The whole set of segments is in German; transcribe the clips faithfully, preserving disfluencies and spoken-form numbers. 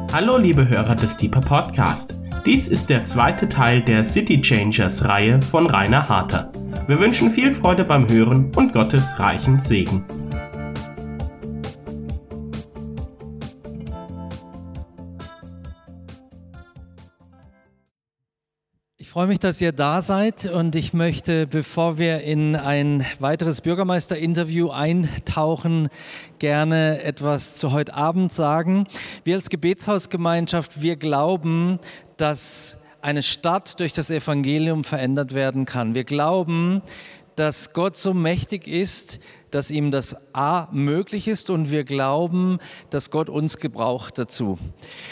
Hallo liebe Hörer des Deeper Podcast. Dies ist der zweite Teil der City Changers Reihe von Rainer Harter. Wir wünschen viel Freude beim Hören und Gottes reichen Segen. Ich freue mich, dass ihr da seid und ich möchte, bevor wir in ein weiteres Bürgermeister-Interview eintauchen, gerne etwas zu heute Abend sagen. Wir als Gebetshausgemeinschaft, wir glauben, dass eine Stadt durch das Evangelium verändert werden kann. Wir glauben, dass Gott so mächtig ist, dass ihm das A möglich ist, und wir glauben, dass Gott uns gebraucht dazu.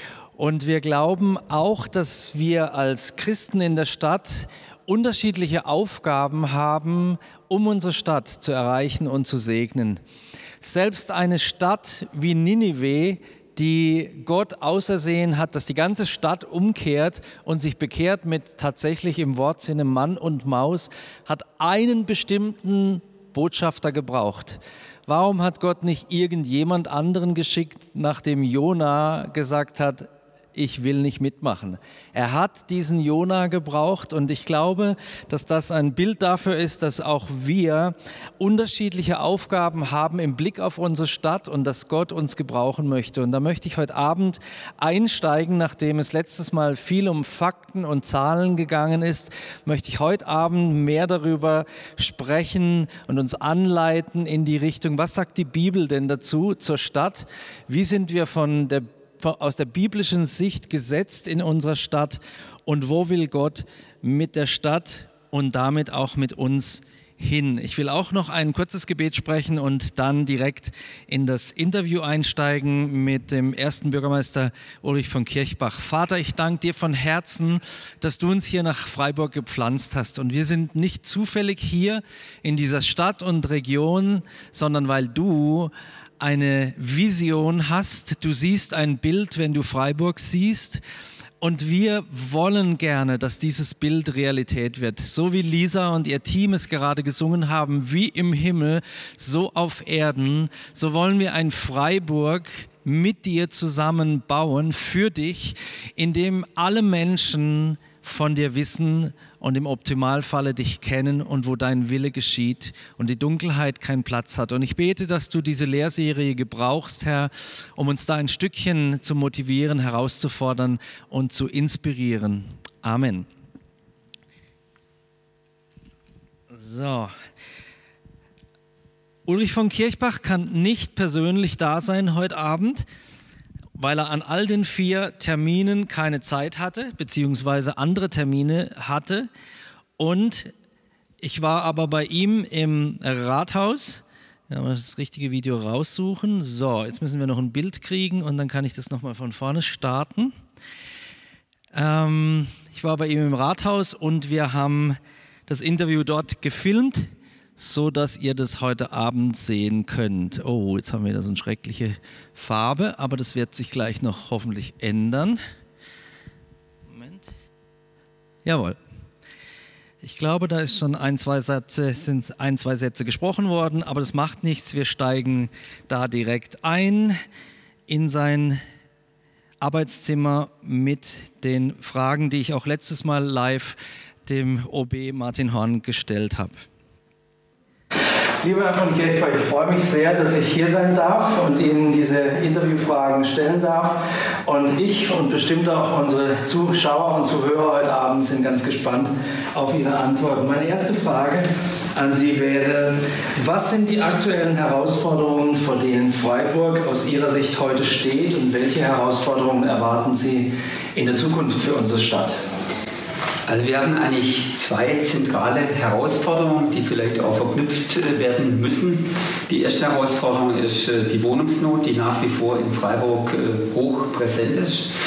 Und wir glauben auch, dass wir als Christen in der Stadt unterschiedliche Aufgaben haben, um unsere Stadt zu erreichen und zu segnen. Selbst eine Stadt wie Ninive, die Gott ausersehen hat, dass die ganze Stadt umkehrt und sich bekehrt mit tatsächlich im Wortsinne Mann und Maus, hat einen bestimmten Botschafter gebraucht. Warum hat Gott nicht irgendjemand anderen geschickt, nachdem Jona gesagt hat, ich will nicht mitmachen? Er hat diesen Jona gebraucht, und ich glaube, dass das ein Bild dafür ist, dass auch wir unterschiedliche Aufgaben haben im Blick auf unsere Stadt und dass Gott uns gebrauchen möchte. Und da möchte ich heute Abend einsteigen, nachdem es letztes Mal viel um Fakten und Zahlen gegangen ist, möchte ich heute Abend mehr darüber sprechen und uns anleiten in die Richtung, was sagt die Bibel denn dazu zur Stadt? Wie sind wir von der aus der biblischen Sicht gesetzt in unserer Stadt, und wo will Gott mit der Stadt und damit auch mit uns hin? Ich will auch noch ein kurzes Gebet sprechen und dann direkt in das Interview einsteigen mit dem ersten Bürgermeister Ulrich von Kirchbach. Vater, ich danke dir von Herzen, dass du uns hier nach Freiburg gepflanzt hast, und wir sind nicht zufällig hier in dieser Stadt und Region, sondern weil du eine Vision hast. Du siehst ein Bild, wenn du Freiburg siehst, und wir wollen gerne, dass dieses Bild Realität wird. So wie Lisa und ihr Team es gerade gesungen haben, wie im Himmel, so auf Erden, so wollen wir ein Freiburg mit dir zusammen bauen, für dich, in dem alle Menschen von dir wissen und im Optimalfalle dich kennen und wo dein Wille geschieht und die Dunkelheit keinen Platz hat. Und ich bete, dass du diese Lehrserie gebrauchst, Herr, um uns da ein Stückchen zu motivieren, herauszufordern und zu inspirieren. Amen. So. Ulrich von Kirchbach kann nicht persönlich da sein heute Abend, weil er an all den vier Terminen keine Zeit hatte, beziehungsweise andere Termine hatte. Und ich war aber bei ihm im Rathaus. Ja, mal das richtige Video raussuchen. So, jetzt müssen wir noch ein Bild kriegen und dann kann ich das nochmal von vorne starten. Ähm, ich war bei ihm im Rathaus und wir haben das Interview dort gefilmt, so dass ihr das heute Abend sehen könnt. Oh, jetzt haben wir da so eine schreckliche Farbe, aber das wird sich gleich noch hoffentlich ändern. Moment. Jawohl. Ich glaube, da ist schon ein, zwei Sätze, sind ein, zwei Sätze gesprochen worden, aber das macht nichts. Wir steigen da direkt ein in sein Arbeitszimmer mit den Fragen, die ich auch letztes Mal live dem O B Martin Horn gestellt habe. Lieber Herr von Kirchbach, ich freue mich sehr, dass ich hier sein darf und Ihnen diese Interviewfragen stellen darf. Und ich und bestimmt auch unsere Zuschauer und Zuhörer heute Abend sind ganz gespannt auf Ihre Antworten. Meine erste Frage an Sie wäre: Was sind die aktuellen Herausforderungen, vor denen Freiburg aus Ihrer Sicht heute steht, und welche Herausforderungen erwarten Sie in der Zukunft für unsere Stadt? Also wir haben eigentlich zwei zentrale Herausforderungen, die vielleicht auch verknüpft werden müssen. Die erste Herausforderung ist die Wohnungsnot, die nach wie vor in Freiburg hoch präsent ist.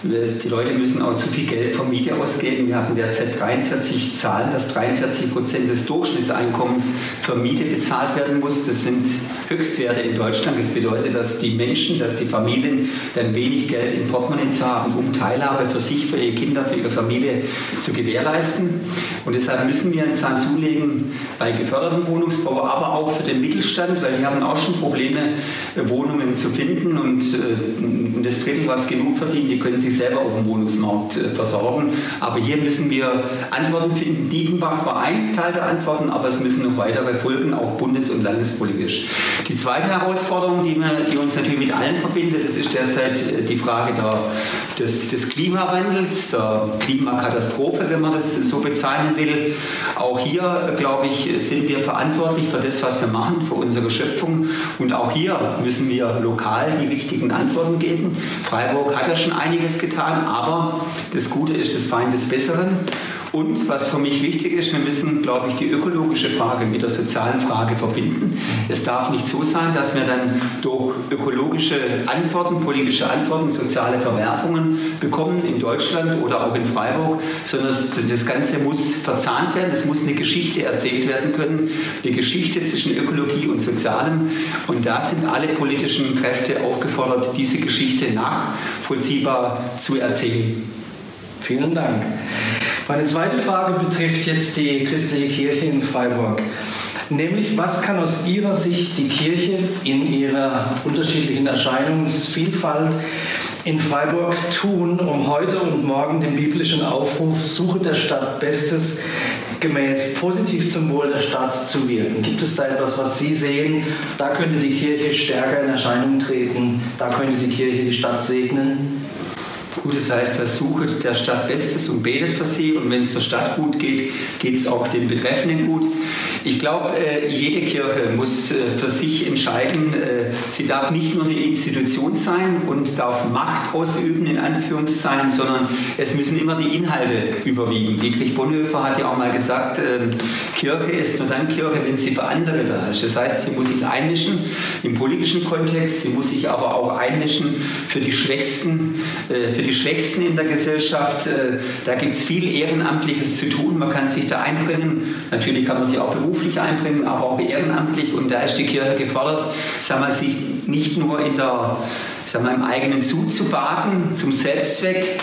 Die Leute müssen auch zu viel Geld für Miete ausgeben. Wir haben derzeit dreiundvierzig Zahlen, dass dreiundvierzig Prozent des Durchschnittseinkommens für Miete bezahlt werden muss. Das sind Höchstwerte in Deutschland. Das bedeutet, dass die Menschen, dass die Familien dann wenig Geld im Portemonnaie zu haben, um Teilhabe für sich, für ihre Kinder, für ihre Familie zu gewährleisten. Und deshalb müssen wir einen Zahn zulegen bei gefördertem Wohnungsbau, aber auch für den Mittelstand, weil die haben auch schon Probleme, Wohnungen zu finden. Und äh, das Drittel, was genug verdient, die können sich selber auf dem Wohnungsmarkt äh, versorgen. Aber hier müssen wir Antworten finden. Dietenbach war ein Teil der Antworten, aber es müssen noch weitere folgen, auch bundes- und landespolitisch. Die zweite Herausforderung, die, wir, die uns natürlich mit allen verbindet, das ist derzeit die Frage der, des, des Klimawandels, der Klimakatastrophe, wenn man das so bezeichnen will. Auch hier, glaube ich, sind wir verantwortlich für das, was wir machen, für unsere Schöpfung. Und auch hier müssen wir lokal die richtigen Antworten geben. Freiburg hat ja schon einiges getan, aber das Gute ist das Feind des Besseren. Und was für mich wichtig ist, wir müssen, glaube ich, die ökologische Frage mit der sozialen Frage verbinden. Es darf nicht so sein, dass wir dann durch ökologische Antworten, politische Antworten, soziale Verwerfungen bekommen in Deutschland oder auch in Freiburg, sondern das Ganze muss verzahnt werden, es muss eine Geschichte erzählt werden können, eine Geschichte zwischen Ökologie und Sozialem. Und da sind alle politischen Kräfte aufgefordert, diese Geschichte nachvollziehbar zu erzählen. Vielen Dank. Meine zweite Frage betrifft jetzt die christliche Kirche in Freiburg. Nämlich, was kann aus Ihrer Sicht die Kirche in ihrer unterschiedlichen Erscheinungsvielfalt in Freiburg tun, um heute und morgen den biblischen Aufruf Suche der Stadt Bestes gemäß positiv zum Wohl der Stadt zu wirken? Gibt es da etwas, was Sie sehen, da könnte die Kirche stärker in Erscheinung treten, da könnte die Kirche die Stadt segnen? Gut, das heißt, er sucht der Stadt Bestes und betet für sie. Und wenn es der Stadt gut geht, geht es auch den Betreffenden gut. Ich glaube, jede Kirche muss für sich entscheiden, sie darf nicht nur eine Institution sein und darf Macht ausüben, in Anführungszeichen, sondern es müssen immer die Inhalte überwiegen. Dietrich Bonhoeffer hat ja auch mal gesagt, Kirche ist nur dann Kirche, wenn sie für andere da ist. Das heißt, sie muss sich einmischen im politischen Kontext, sie muss sich aber auch einmischen für die Schwächsten, für die Schwächsten in der Gesellschaft. Da gibt es viel Ehrenamtliches zu tun, man kann sich da einbringen. Natürlich kann man sich auch beruflich einbringen, aber auch ehrenamtlich. Und da ist die Kirche gefordert, sagen wir, sich nicht nur in der, sagen wir, im eigenen Sud zu baden, zum Selbstzweck.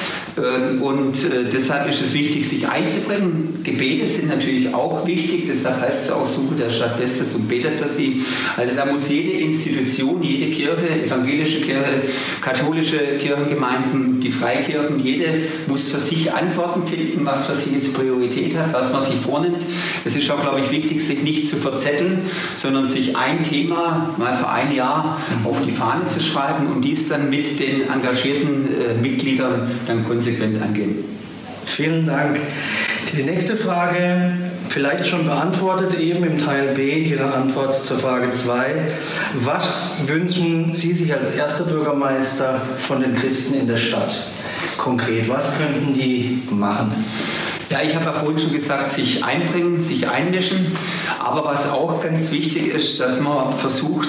Und deshalb ist es wichtig, sich einzubringen. Gebete sind natürlich auch wichtig, deshalb heißt es auch, Suche der Stadt Bestes und betet für sie. Also da muss jede Institution, jede Kirche, evangelische Kirche, katholische Kirchengemeinden, die Freikirchen, jede muss für sich Antworten finden, was für sie jetzt Priorität hat, was man sich vornimmt. Es ist auch, glaube ich, wichtig, sich nicht zu verzetteln, sondern sich ein Thema mal für ein Jahr auf die Fahne zu schreiben und dies dann mit den engagierten äh, Mitgliedern dann konsequent angehen. Vielen Dank. Die nächste Frage, vielleicht schon beantwortet eben im Teil B Ihrer Antwort zur Frage zwei. Was wünschen Sie sich als erster Bürgermeister von den Christen in der Stadt? Konkret, was könnten die machen? Ja, ich habe ja vorhin schon gesagt, sich einbringen, sich einmischen. Aber was auch ganz wichtig ist, dass man versucht,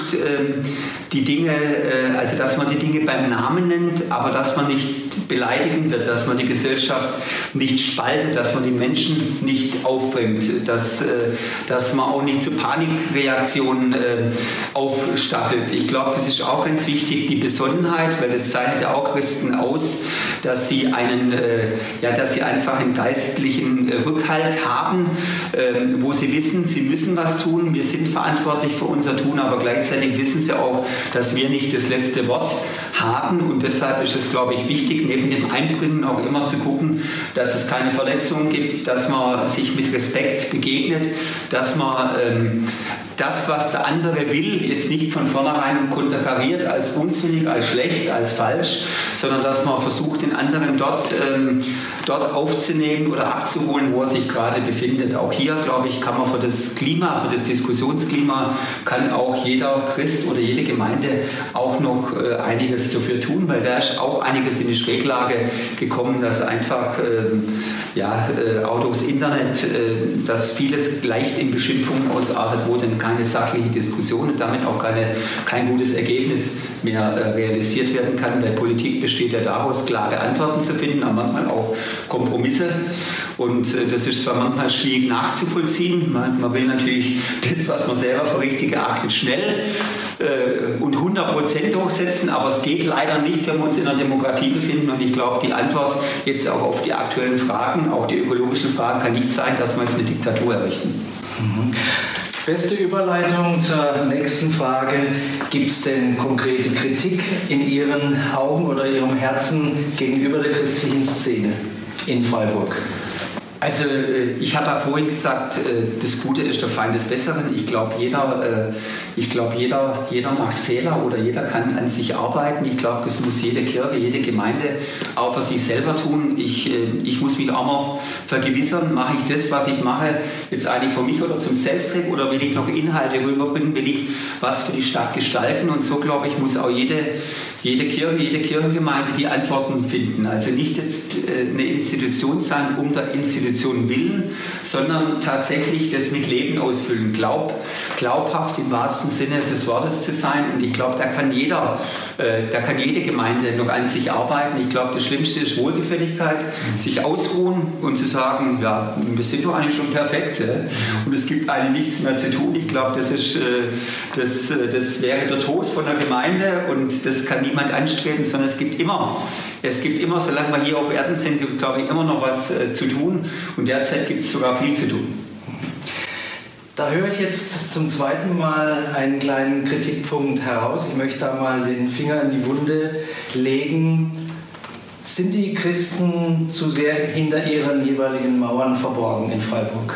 die Dinge, also dass man die Dinge beim Namen nennt, aber dass man nicht beleidigen wird, dass man die Gesellschaft nicht spaltet, dass man die Menschen nicht aufbringt, dass, dass man auch nicht zu Panikreaktionen aufstachelt. Ich glaube, das ist auch ganz wichtig, die Besonnenheit, weil das zeichnet ja auch Christen aus, dass sie einen, ja, dass sie einfach einen geistlichen Rückhalt haben, wo sie wissen, sie müssen was tun, wir sind verantwortlich für unser Tun, aber gleichzeitig wissen sie auch, dass wir nicht das letzte Wort haben und deshalb ist es, glaube ich, wichtig, neben dem Einbringen auch immer zu gucken, dass es keine Verletzungen gibt, dass man sich mit Respekt begegnet, dass man ähm, das, was der andere will, jetzt nicht von vornherein konterkariert als unsinnig, als schlecht, als falsch, sondern dass man versucht, den anderen dort, ähm, dort aufzunehmen oder abzuholen, wo er sich gerade befindet. Auch hier, glaube ich, kann man für das Klima, für das Diskussionsklima, kann auch jeder Christ oder jede Gemeinde auch noch äh, einiges dafür tun, weil da ist auch einiges in die Schräglage gekommen, dass einfach äh, ja, äh, auch durchs Internet, äh, dass vieles leicht in Beschimpfungen ausartet, wo dann keine sachliche Diskussion und damit auch keine, kein gutes Ergebnis mehr äh, realisiert werden kann. Weil Politik besteht ja daraus, klare Antworten zu finden, aber manchmal auch Kompromisse. Und äh, das ist zwar manchmal schwierig nachzuvollziehen. Man, man will natürlich das, was man selber für richtig erachtet, schnell äh, und hundert Prozent durchsetzen, aber es geht leider nicht, wenn wir uns in einer Demokratie befinden. Und ich glaube, die Antwort jetzt auch auf die aktuellen Fragen, auch die ökologischen Fragen, kann nicht sein, dass wir jetzt eine Diktatur errichten. Mhm. Beste Überleitung zur nächsten Frage. Gibt es denn konkrete Kritik in Ihren Augen oder Ihrem Herzen gegenüber der christlichen Szene in Freiburg? Also ich habe ja vorhin gesagt, das Gute ist der Feind des Besseren. Ich glaube, jeder, ich glaube, jeder, jeder macht Fehler oder jeder kann an sich arbeiten. Ich glaube, das muss jede Kirche, jede Gemeinde auch für sich selber tun. Ich, ich muss mich auch mal vergewissern, mache ich das, was ich mache, jetzt eigentlich für mich oder zum Selbstzweck oder will ich noch Inhalte rüberbringen, will ich was für die Stadt gestalten. Und so, glaube ich, muss auch jede, jede Kirche, jede Kirchengemeinde die Antworten finden. Also nicht jetzt eine Institution sein, um der Institution willen, sondern tatsächlich das mit Leben ausfüllen. Glaub, glaubhaft im wahrsten Sinne des Wortes zu sein. Und ich glaube, da kann jeder, äh, da kann jede Gemeinde noch an sich arbeiten. Ich glaube, das Schlimmste ist Wohlgefälligkeit, sich ausruhen und zu sagen, ja, wir sind doch eigentlich schon perfekt. Äh? Und es gibt eigentlich nichts mehr zu tun. Ich glaube, das ist, äh, das, das wäre der Tod von der Gemeinde und das kann niemand anstreben, sondern es gibt immer, es gibt immer, solange wir hier auf Erden sind, gibt es, glaube ich, immer noch was äh, zu tun. Und derzeit gibt es sogar viel zu tun. Da höre ich jetzt zum zweiten Mal einen kleinen Kritikpunkt heraus. Ich möchte da mal den Finger in die Wunde legen. Sind die Christen zu sehr hinter ihren jeweiligen Mauern verborgen in Freiburg?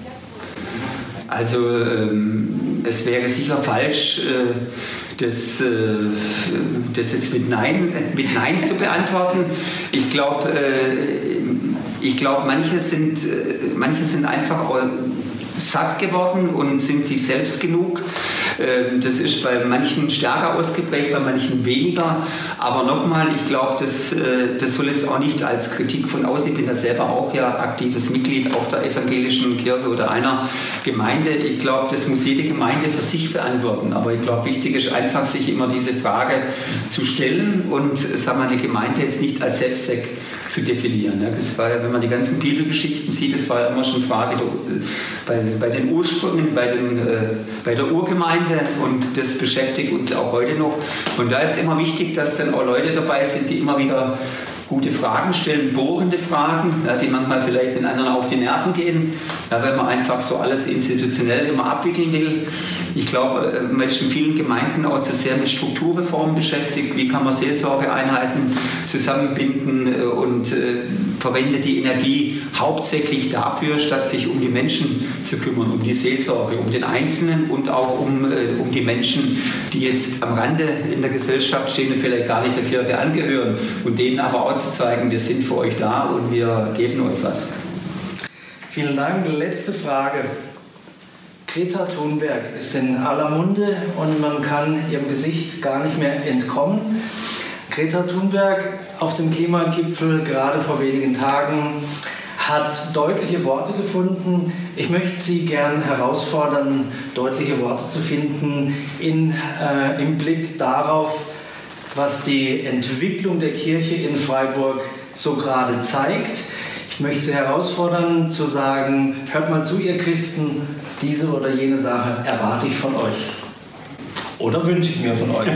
Also ähm, es wäre sicher falsch, äh, das, äh, das jetzt mit Nein, mit Nein zu beantworten. Ich glaube, äh, ich glaube, manche sind, äh, manche sind einfach auch satt geworden und sind sich selbst genug. Das ist bei manchen stärker ausgeprägt, bei manchen weniger. Aber nochmal, ich glaube, das, das soll jetzt auch nicht als Kritik von außen, ich bin da selber auch ja aktives Mitglied auch der evangelischen Kirche oder einer Gemeinde. Ich glaube, das muss jede Gemeinde für sich beantworten. Aber ich glaube, wichtig ist einfach, sich immer diese Frage zu stellen und sagen wir, die Gemeinde jetzt nicht als Selbstzweck zu definieren. Das war ja, wenn man die ganzen Bibelgeschichten sieht, das war ja immer schon Frage bei, bei den Ursprüngen, bei, den, äh, bei der Urgemeinde und das beschäftigt uns auch heute noch. Und da ist immer wichtig, dass dann auch Leute dabei sind, die immer wieder gute Fragen stellen, bohrende Fragen, ja, die manchmal vielleicht den anderen auf die Nerven gehen, ja, wenn man einfach so alles institutionell immer abwickeln will. Ich glaube, man ist in vielen Gemeinden auch zu sehr mit Strukturreformen beschäftigt. Wie kann man Seelsorgeeinheiten zusammenbinden und äh, verwendet die Energie hauptsächlich dafür, statt sich um die Menschen zu kümmern, um die Seelsorge, um den Einzelnen und auch um, äh, um die Menschen, die jetzt am Rande in der Gesellschaft stehen und vielleicht gar nicht der Kirche angehören und denen aber auch zu zeigen, wir sind für euch da und wir geben euch was. Vielen Dank. Letzte Frage. Greta Thunberg ist in aller Munde und man kann ihrem Gesicht gar nicht mehr entkommen. Greta Thunberg auf dem Klimagipfel gerade vor wenigen Tagen hat deutliche Worte gefunden. Ich möchte Sie gern herausfordern, deutliche Worte zu finden in, äh, im Blick darauf, was die Entwicklung der Kirche in Freiburg so gerade zeigt. Ich möchte Sie herausfordern, zu sagen, hört mal zu, ihr Christen, diese oder jene Sache erwarte ich von euch. Oder wünsche ich mir von euch.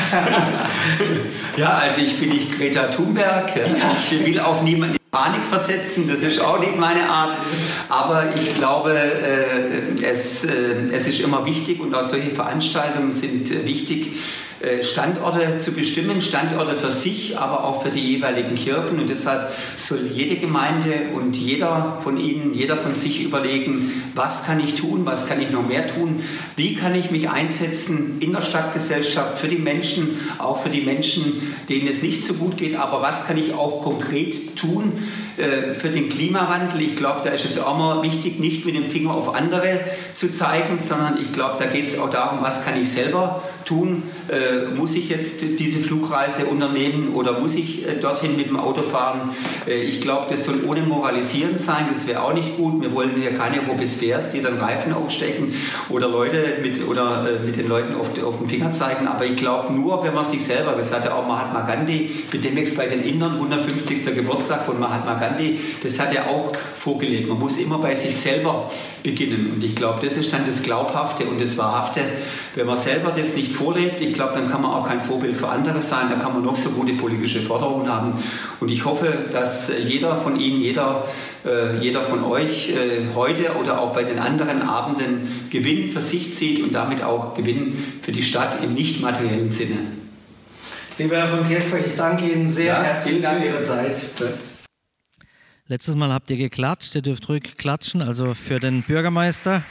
Ja, also ich bin nicht Greta Thunberg. Ich will auch niemanden in Panik versetzen, das ist auch nicht meine Art. Aber ich glaube, es, es ist immer wichtig und auch solche Veranstaltungen sind wichtig, Standorte zu bestimmen, Standorte für sich, aber auch für die jeweiligen Kirchen. Und deshalb soll jede Gemeinde und jeder von Ihnen, jeder von sich überlegen, was kann ich tun, was kann ich noch mehr tun, wie kann ich mich einsetzen in der Stadtgesellschaft für die Menschen, auch für die Menschen, denen es nicht so gut geht, aber was kann ich auch konkret tun äh, für den Klimawandel. Ich glaube, da ist es auch mal wichtig, nicht mit dem Finger auf andere zu zeigen, sondern ich glaube, da geht es auch darum, was kann ich selber tun. tun? Äh, muss ich jetzt diese Flugreise unternehmen oder muss ich äh, dorthin mit dem Auto fahren? Äh, ich glaube, das soll ohne Moralisieren sein, das wäre auch nicht gut. Wir wollen ja keine Robespierres, die dann Reifen aufstechen oder Leute mit, oder, äh, mit den Leuten auf, auf den Finger zeigen. Aber ich glaube, nur wenn man sich selber, das hatte auch Mahatma Gandhi, mit dem jetzt bei den Indern, hundertfünfzigsten Geburtstag von Mahatma Gandhi, das hat er auch vorgelegt. Man muss immer bei sich selber beginnen. Und ich glaube, das ist dann das Glaubhafte und das Wahrhafte. Wenn man selber das nicht vorlebt, ich glaube, dann kann man auch kein Vorbild für andere sein. Da kann man noch so gute politische Forderungen haben. Und ich hoffe, dass jeder von Ihnen, jeder, äh, jeder von euch äh, heute oder auch bei den anderen Abenden Gewinn für sich zieht und damit auch Gewinn für die Stadt im nicht materiellen Sinne. Lieber Herr von Kirchberg, ich danke Ihnen sehr ja, herzlich für Ihre Zeit. Letztes Mal habt ihr geklatscht, ihr dürft ruhig klatschen, also für den Bürgermeister.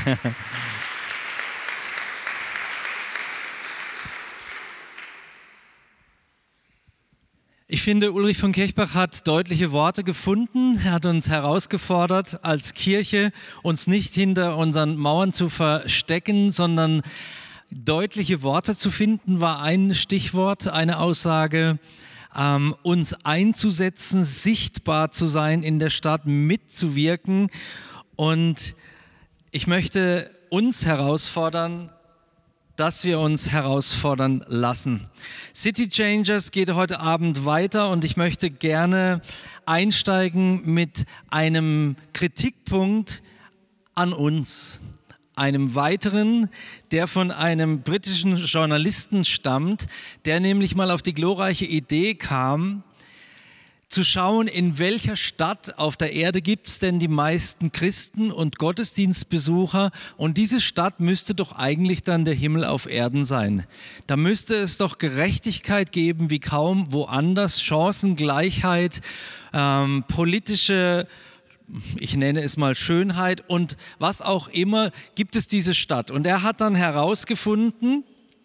Ich finde, Ulrich von Kirchbach hat deutliche Worte gefunden. Er hat uns herausgefordert, als Kirche uns nicht hinter unseren Mauern zu verstecken, sondern deutliche Worte zu finden, war ein Stichwort, eine Aussage, ähm, uns einzusetzen, sichtbar zu sein in der Stadt, mitzuwirken. Und ich möchte uns herausfordern, dass wir uns herausfordern lassen. City Changers geht heute Abend weiter und ich möchte gerne einsteigen mit einem Kritikpunkt an uns. Einem weiteren, der von einem britischen Journalisten stammt, der nämlich mal auf die glorreiche Idee kam, zu schauen, in welcher Stadt auf der Erde gibt es denn die meisten Christen und Gottesdienstbesucher, und diese Stadt müsste doch eigentlich dann der Himmel auf Erden sein. Da müsste es doch Gerechtigkeit geben wie kaum woanders, Chancengleichheit, ähm, politische, ich nenne es mal Schönheit und was auch immer, gibt es diese Stadt. Und er hat dann herausgefunden,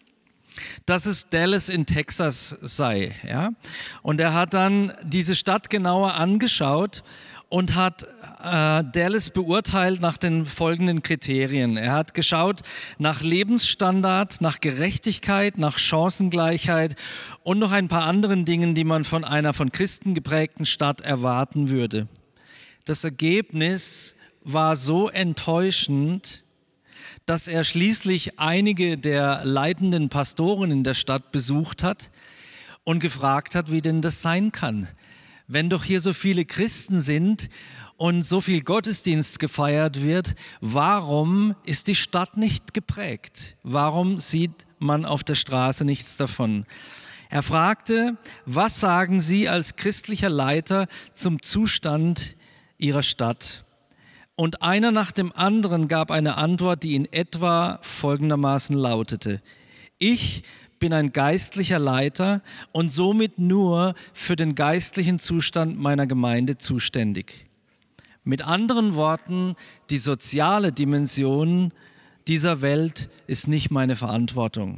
dass es Dallas in Texas sei. Ja? Und er hat dann diese Stadt genauer angeschaut und hat äh, Dallas beurteilt nach den folgenden Kriterien. Er hat geschaut nach Lebensstandard, nach Gerechtigkeit, nach Chancengleichheit und noch ein paar anderen Dingen, die man von einer von Christen geprägten Stadt erwarten würde. Das Ergebnis war so enttäuschend, dass er schließlich einige der leitenden Pastoren in der Stadt besucht hat und gefragt hat, wie denn das sein kann. Wenn doch hier so viele Christen sind und so viel Gottesdienst gefeiert wird, warum ist die Stadt nicht geprägt? Warum sieht man auf der Straße nichts davon? Er fragte, was sagen Sie als christlicher Leiter zum Zustand Ihrer Stadt? Und einer nach dem anderen gab eine Antwort, die in etwa folgendermaßen lautete: Ich bin ein geistlicher Leiter und somit nur für den geistlichen Zustand meiner Gemeinde zuständig. Mit anderen Worten, die soziale Dimension dieser Welt ist nicht meine Verantwortung.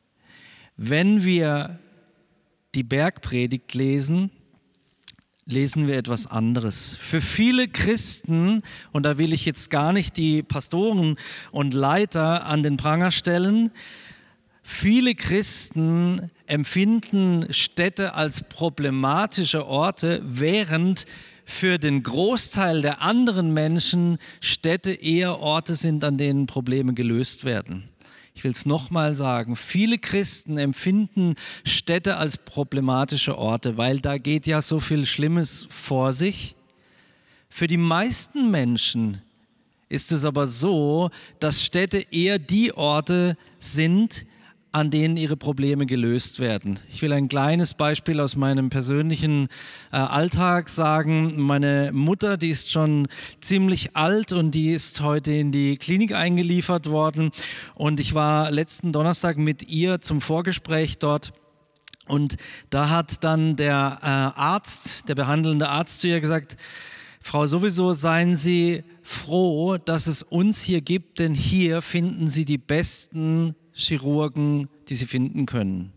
Wenn wir die Bergpredigt lesen, lesen wir etwas anderes. Für viele Christen, und da will ich jetzt gar nicht die Pastoren und Leiter an den Pranger stellen, viele Christen empfinden Städte als problematische Orte, während für den Großteil der anderen Menschen Städte eher Orte sind, an denen Probleme gelöst werden. Ich will es nochmal sagen, viele Christen empfinden Städte als problematische Orte, weil da geht ja so viel Schlimmes vor sich. Für die meisten Menschen ist es aber so, dass Städte eher die Orte sind, an denen ihre Probleme gelöst werden. Ich will ein kleines Beispiel aus meinem persönlichen äh, Alltag sagen. Meine Mutter, die ist schon ziemlich alt und die ist heute in die Klinik eingeliefert worden. Und ich war letzten Donnerstag mit ihr zum Vorgespräch dort. Und da hat dann der äh, Arzt, der behandelnde Arzt zu ihr gesagt: Frau, sowieso seien Sie froh, dass es uns hier gibt, denn hier finden Sie die besten Chirurgen, die Sie finden können.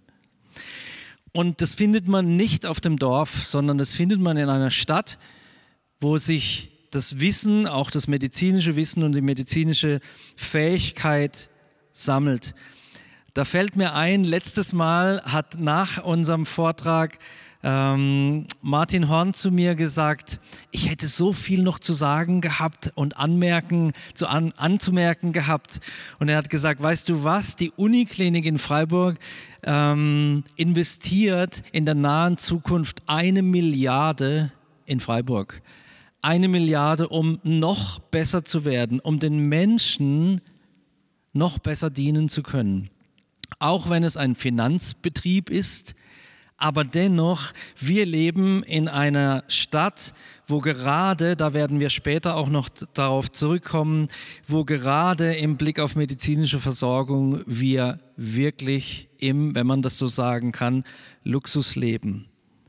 Und das findet man nicht auf dem Dorf, sondern das findet man in einer Stadt, wo sich das Wissen, auch das medizinische Wissen und die medizinische Fähigkeit sammelt. Da fällt mir ein, letztes Mal hat nach unserem Vortrag ähm, Martin Horn zu mir gesagt, ich hätte so viel noch zu sagen gehabt und anmerken, zu an, anzumerken gehabt. Und er hat gesagt, weißt du was, die Uniklinik in Freiburg ähm, investiert in der nahen Zukunft eine Milliarde in Freiburg. Eine Milliarde, um noch besser zu werden, um den Menschen noch besser dienen zu können. Auch wenn es ein Finanzbetrieb ist, aber dennoch, wir leben in einer Stadt, wo gerade, da werden wir später auch noch darauf zurückkommen, wo gerade im Blick auf medizinische Versorgung wir wirklich im, wenn man das so sagen kann, Luxus leben.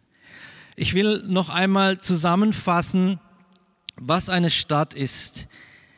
Ich will noch einmal zusammenfassen, was eine Stadt ist.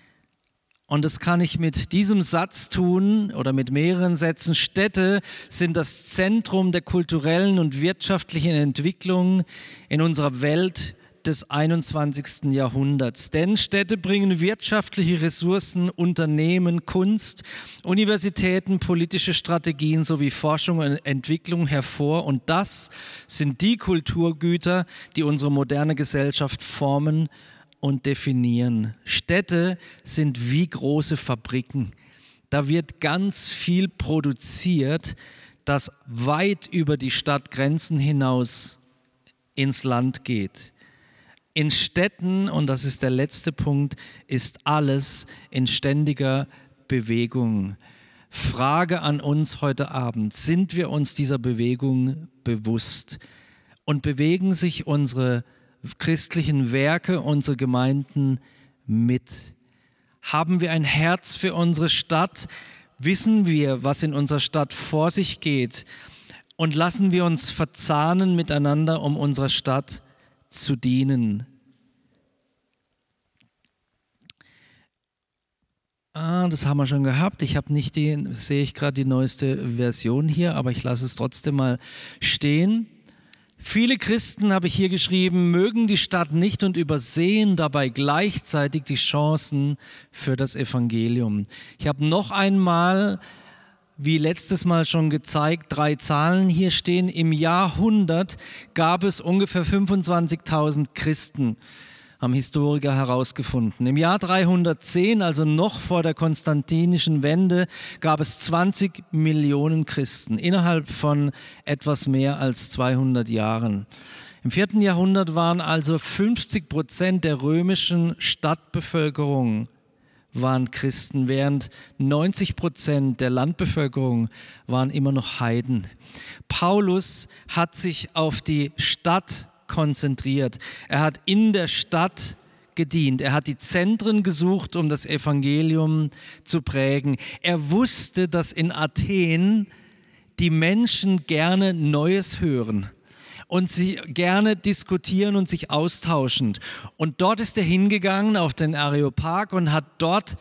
Und das kann ich mit diesem Satz tun oder mit mehreren Sätzen. Städte sind das Zentrum der kulturellen und wirtschaftlichen Entwicklung in unserer Welt des einundzwanzigsten Jahrhunderts. Denn Städte bringen wirtschaftliche Ressourcen, Unternehmen, Kunst, Universitäten, politische Strategien sowie Forschung und Entwicklung hervor. Und das sind die Kulturgüter, die unsere moderne Gesellschaft formen und definieren. Städte sind wie große Fabriken. Da wird ganz viel produziert, das weit über die Stadtgrenzen hinaus ins Land geht. In Städten, und das ist der letzte Punkt, ist alles in ständiger Bewegung. Frage an uns heute Abend, sind wir uns dieser Bewegung bewusst? Und bewegen sich unsere christlichen Werke, unsere Gemeinden mit? Haben wir ein Herz für unsere Stadt? Wissen wir, was in unserer Stadt vor sich geht? Und lassen wir uns verzahnen miteinander, um unserer Stadt zu dienen? Ah, das haben wir schon gehabt. Ich habe nicht die, sehe ich gerade die neueste Version hier, aber ich lasse es trotzdem mal stehen. Viele Christen, habe ich hier geschrieben, mögen die Stadt nicht und übersehen dabei gleichzeitig die Chancen für das Evangelium. Ich habe noch einmal, wie letztes Mal schon gezeigt, drei Zahlen hier stehen. Im Jahrhundert gab es ungefähr fünfundzwanzigtausend Christen, haben Historiker herausgefunden. Im Jahr dreihundertzehn, also noch vor der konstantinischen Wende, gab es zwanzig Millionen Christen innerhalb von etwas mehr als zweihundert Jahren. Im vierten Jahrhundert waren also fünfzig Prozent der römischen Stadtbevölkerung waren Christen, während neunzig Prozent der Landbevölkerung waren immer noch Heiden. Paulus hat sich auf die Stadt konzentriert. Er hat in der Stadt gedient. Er hat die Zentren gesucht, um das Evangelium zu prägen. Er wusste, dass in Athen die Menschen gerne Neues hören und sie gerne diskutieren und sich austauschen. Und dort ist er hingegangen auf den Areopag und hat dort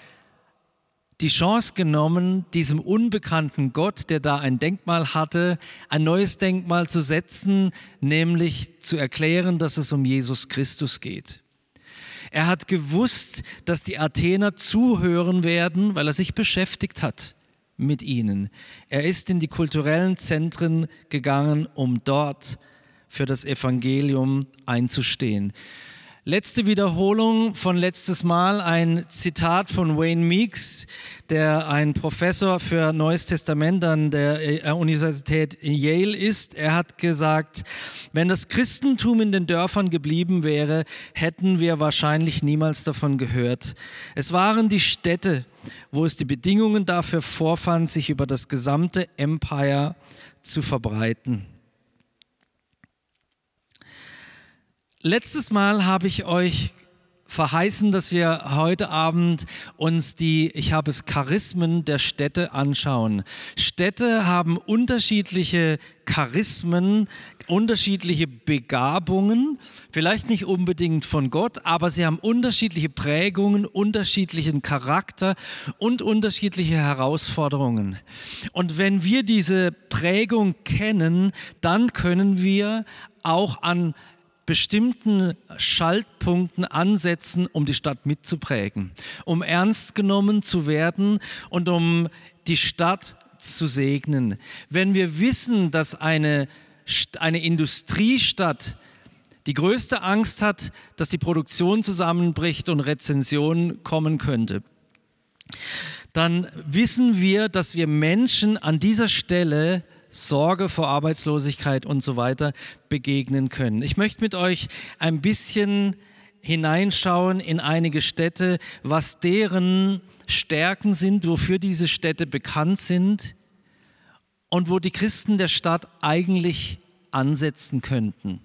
die Chance genommen, diesem unbekannten Gott, der da ein Denkmal hatte, ein neues Denkmal zu setzen, nämlich zu erklären, dass es um Jesus Christus geht. Er hat gewusst, dass die Athener zuhören werden, weil er sich beschäftigt hat mit ihnen. Er ist in die kulturellen Zentren gegangen, um dort für das Evangelium einzustehen. Letzte Wiederholung von letztes Mal, ein Zitat von Wayne Meeks, der ein Professor für Neues Testament an der Universität Yale ist. Er hat gesagt, wenn das Christentum in den Dörfern geblieben wäre, hätten wir wahrscheinlich niemals davon gehört. Es waren die Städte, wo es die Bedingungen dafür vorfand, sich über das gesamte Empire zu verbreiten. Letztes Mal habe ich euch verheißen, dass wir heute Abend uns die, ich habe es Charismen der Städte anschauen. Städte haben unterschiedliche Charismen, unterschiedliche Begabungen, vielleicht nicht unbedingt von Gott, aber sie haben unterschiedliche Prägungen, unterschiedlichen Charakter und unterschiedliche Herausforderungen. Und wenn wir diese Prägung kennen, dann können wir auch an bestimmten Schaltpunkten ansetzen, um die Stadt mitzuprägen, um ernst genommen zu werden und um die Stadt zu segnen. Wenn wir wissen, dass eine, eine Industriestadt die größte Angst hat, dass die Produktion zusammenbricht und Rezession kommen könnte, dann wissen wir, dass wir Menschen an dieser Stelle Sorge vor Arbeitslosigkeit und so weiter begegnen können. Ich möchte mit euch ein bisschen hineinschauen in einige Städte, was deren Stärken sind, wofür diese Städte bekannt sind und wo die Christen der Stadt eigentlich ansetzen könnten.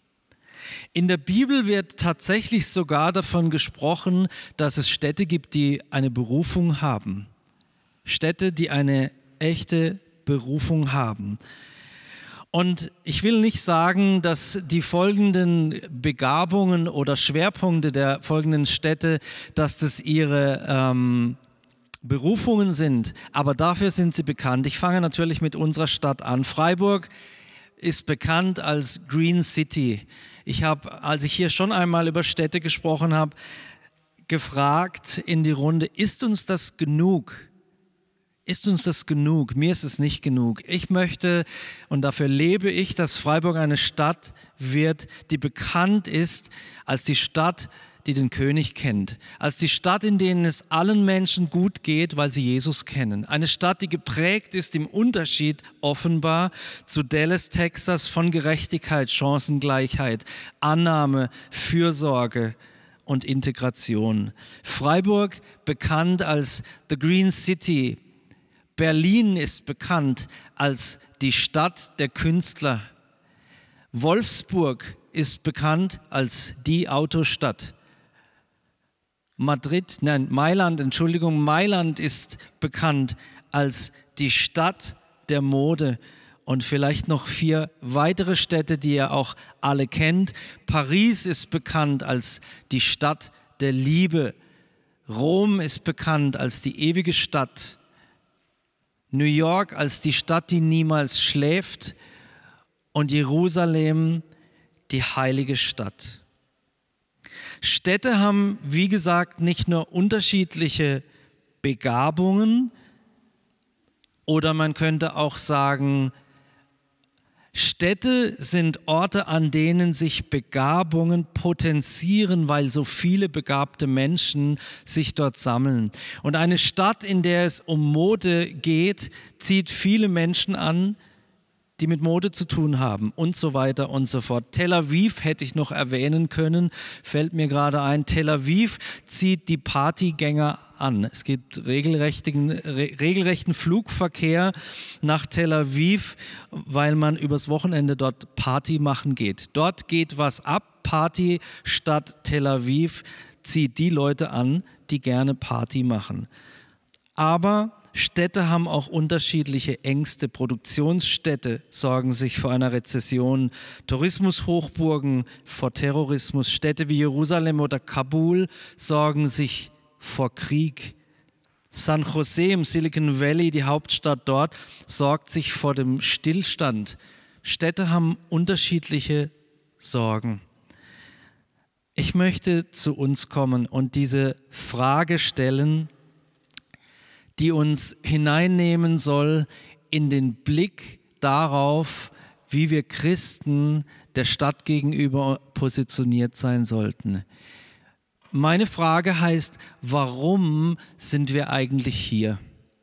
In der Bibel wird tatsächlich sogar davon gesprochen, dass es Städte gibt, die eine Berufung haben. Städte, die eine echte Berufung haben. Und ich will nicht sagen, dass die folgenden Begabungen oder Schwerpunkte der folgenden Städte, dass das ihre ähm, Berufungen sind, aber dafür sind sie bekannt. Ich fange natürlich mit unserer Stadt an. Freiburg ist bekannt als Green City. Ich habe, als ich hier schon einmal über Städte gesprochen habe, gefragt in die Runde, ist uns das genug? Ist uns das genug? Mir ist es nicht genug. Ich möchte, und dafür lebe ich, dass Freiburg eine Stadt wird, die bekannt ist als die Stadt, die den König kennt. Als die Stadt, in der es allen Menschen gut geht, weil sie Jesus kennen. Eine Stadt, die geprägt ist im Unterschied offenbar zu Dallas, Texas, von Gerechtigkeit, Chancengleichheit, Annahme, Fürsorge und Integration. Freiburg bekannt als The Green City. Berlin ist bekannt als die Stadt der Künstler. Wolfsburg ist bekannt als die Autostadt. Madrid, nein, Mailand, Entschuldigung, Mailand ist bekannt als die Stadt der Mode. Und vielleicht noch vier weitere Städte, die ihr auch alle kennt. Paris ist bekannt als die Stadt der Liebe. Rom ist bekannt als die ewige Stadt. New York als die Stadt, die niemals schläft. Und Jerusalem, die heilige Stadt. Städte haben, wie gesagt, nicht nur unterschiedliche Begabungen, oder man könnte auch sagen, Städte sind Orte, an denen sich Begabungen potenzieren, weil so viele begabte Menschen sich dort sammeln. Und eine Stadt, in der es um Mode geht, zieht viele Menschen an, die mit Mode zu tun haben und so weiter und so fort. Tel Aviv hätte ich noch erwähnen können, fällt mir gerade ein. Tel Aviv zieht die Partygänger an. Es gibt regelrechten, re, regelrechten Flugverkehr nach Tel Aviv, weil man übers Wochenende dort Party machen geht. Dort geht was ab. Party statt Tel Aviv zieht die Leute an, die gerne Party machen. Aber Städte haben auch unterschiedliche Ängste. Produktionsstädte sorgen sich vor einer Rezession, Tourismushochburgen vor Terrorismus, Städte wie Jerusalem oder Kabul sorgen sich vor Krieg. San Jose im Silicon Valley, die Hauptstadt dort, sorgt sich vor dem Stillstand. Städte haben unterschiedliche Sorgen. Ich möchte zu uns kommen und diese Frage stellen, die uns hineinnehmen soll in den Blick darauf, wie wir Christen der Stadt gegenüber positioniert sein sollten. Meine Frage heißt, warum sind wir eigentlich hier?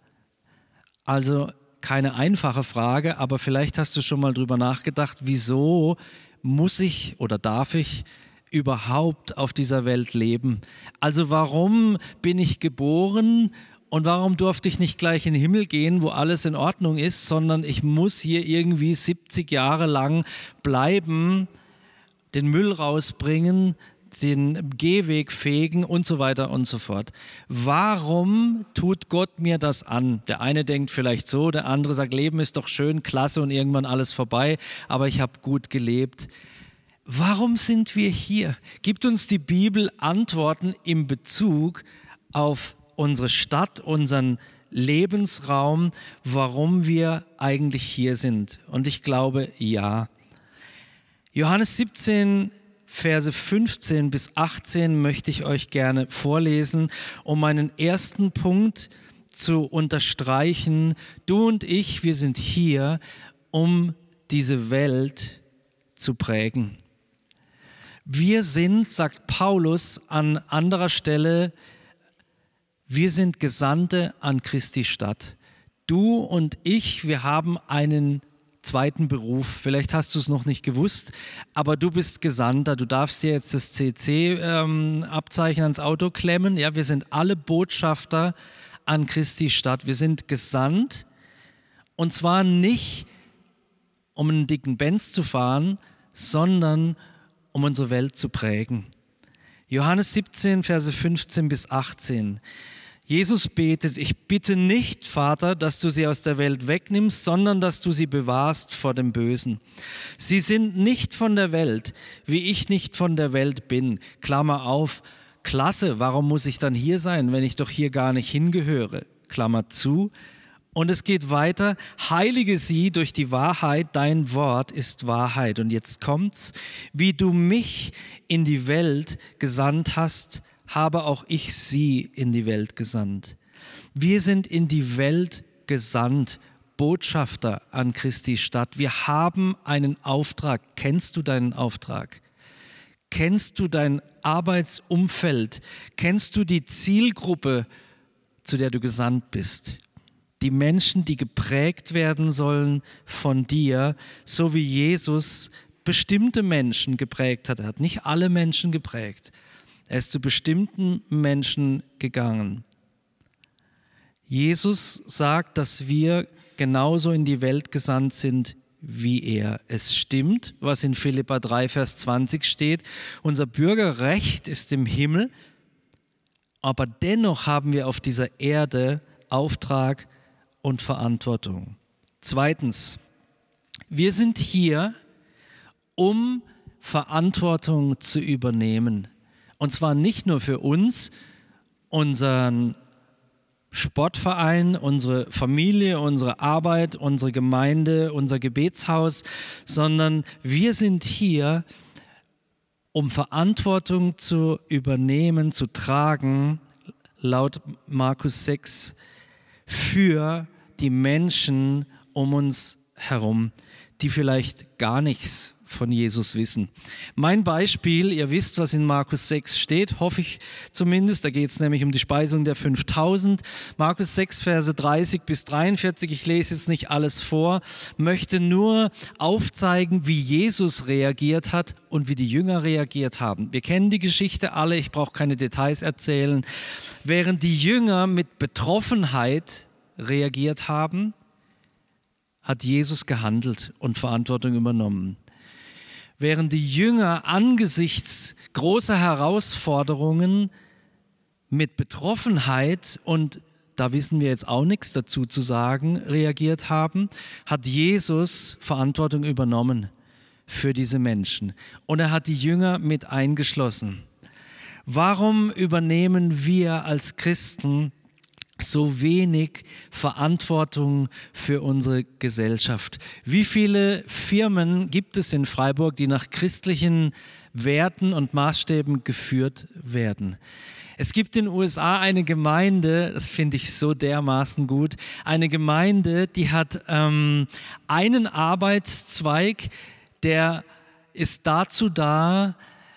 Also keine einfache Frage, aber vielleicht hast du schon mal drüber nachgedacht, wieso muss ich oder darf ich überhaupt auf dieser Welt leben? Also warum bin ich geboren? Und warum durfte ich nicht gleich in den Himmel gehen, wo alles in Ordnung ist, sondern ich muss hier irgendwie siebzig Jahre lang bleiben, den Müll rausbringen, den Gehweg fegen und so weiter und so fort. Warum tut Gott mir das an? Der eine denkt vielleicht so, der andere sagt, Leben ist doch schön, klasse und irgendwann alles vorbei, aber ich habe gut gelebt. Warum sind wir hier? Gibt uns die Bibel Antworten in Bezug auf unsere Stadt, unseren Lebensraum, warum wir eigentlich hier sind? Und ich glaube, ja. Johannes siebzehn, Verse fünfzehn bis achtzehn möchte ich euch gerne vorlesen, um einen ersten Punkt zu unterstreichen, du und ich, wir sind hier, um diese Welt zu prägen. Wir sind, sagt Paulus an anderer Stelle, wir sind Gesandte an Christi Stadt. Du und ich, wir haben einen zweiten Beruf. Vielleicht hast du es noch nicht gewusst, aber du bist Gesandter. Du darfst dir jetzt das C C-Abzeichen ähm, ans Auto klemmen. Ja, wir sind alle Botschafter an Christi Stadt. Wir sind gesandt, und zwar nicht, um einen dicken Benz zu fahren, sondern um unsere Welt zu prägen. Johannes siebzehn, Verse fünfzehn bis achtzehn. Jesus betet, ich bitte nicht, Vater, dass du sie aus der Welt wegnimmst, sondern dass du sie bewahrst vor dem Bösen. Sie sind nicht von der Welt, wie ich nicht von der Welt bin. Klammer auf, klasse, warum muss ich dann hier sein, wenn ich doch hier gar nicht hingehöre? Klammer zu. Und es geht weiter, heilige sie durch die Wahrheit, dein Wort ist Wahrheit. Und jetzt kommt's, wie du mich in die Welt gesandt hast, habe auch ich sie in die Welt gesandt. Wir sind in die Welt gesandt, Botschafter an Christi Stadt. Wir haben einen Auftrag. Kennst du deinen Auftrag? Kennst du dein Arbeitsumfeld? Kennst du die Zielgruppe, zu der du gesandt bist? Die Menschen, die geprägt werden sollen von dir, so wie Jesus bestimmte Menschen geprägt hat. Er hat nicht alle Menschen geprägt. Er ist zu bestimmten Menschen gegangen. Jesus sagt, dass wir genauso in die Welt gesandt sind wie er. Es stimmt, was in Philipper drei, Vers zwanzig steht. Unser Bürgerrecht ist im Himmel, aber dennoch haben wir auf dieser Erde Auftrag und Verantwortung. Zweitens, wir sind hier, um Verantwortung zu übernehmen. Und zwar nicht nur für uns, unseren Sportverein, unsere Familie, unsere Arbeit, unsere Gemeinde, unser Gebetshaus, sondern wir sind hier, um Verantwortung zu übernehmen, zu tragen, laut Markus sechs, für die Menschen um uns herum, die vielleicht gar nichts von Jesus wissen. Mein Beispiel, ihr wisst, was in Markus sechs steht, hoffe ich zumindest, da geht es nämlich um die Speisung der fünftausend. Markus sechs, Verse dreißig bis dreiundvierzig, ich lese jetzt nicht alles vor, möchte nur aufzeigen, wie Jesus reagiert hat und wie die Jünger reagiert haben. Wir kennen die Geschichte alle, ich brauche keine Details erzählen. Während die Jünger mit Betroffenheit reagiert haben, hat Jesus gehandelt und Verantwortung übernommen. Während die Jünger angesichts großer Herausforderungen mit Betroffenheit, und da wissen wir jetzt auch nichts dazu zu sagen, reagiert haben, hat Jesus Verantwortung übernommen für diese Menschen. Und er hat die Jünger mit eingeschlossen. Warum übernehmen wir als Christen so wenig Verantwortung für unsere Gesellschaft? Wie viele Firmen gibt es in Freiburg, die nach christlichen Werten und Maßstäben geführt werden? Es gibt in den U S A eine Gemeinde, das finde ich so dermaßen gut, eine Gemeinde, die hat ähm, einen Arbeitszweig, der ist dazu da,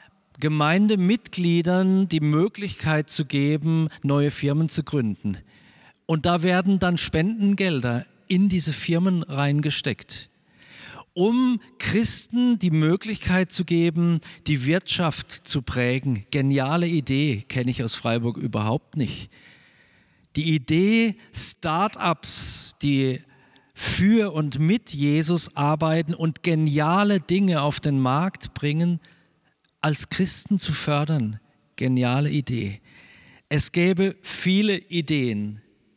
Gemeindemitgliedern die Möglichkeit zu geben, neue Firmen zu gründen. Und da werden dann Spendengelder in diese Firmen reingesteckt, um Christen die Möglichkeit zu geben, die Wirtschaft zu prägen. Geniale Idee, kenne ich aus Freiburg überhaupt nicht. Die Idee, Start-ups, die für und mit Jesus arbeiten und geniale Dinge auf den Markt bringen, als Christen zu fördern. Geniale Idee. Es gäbe viele Ideen.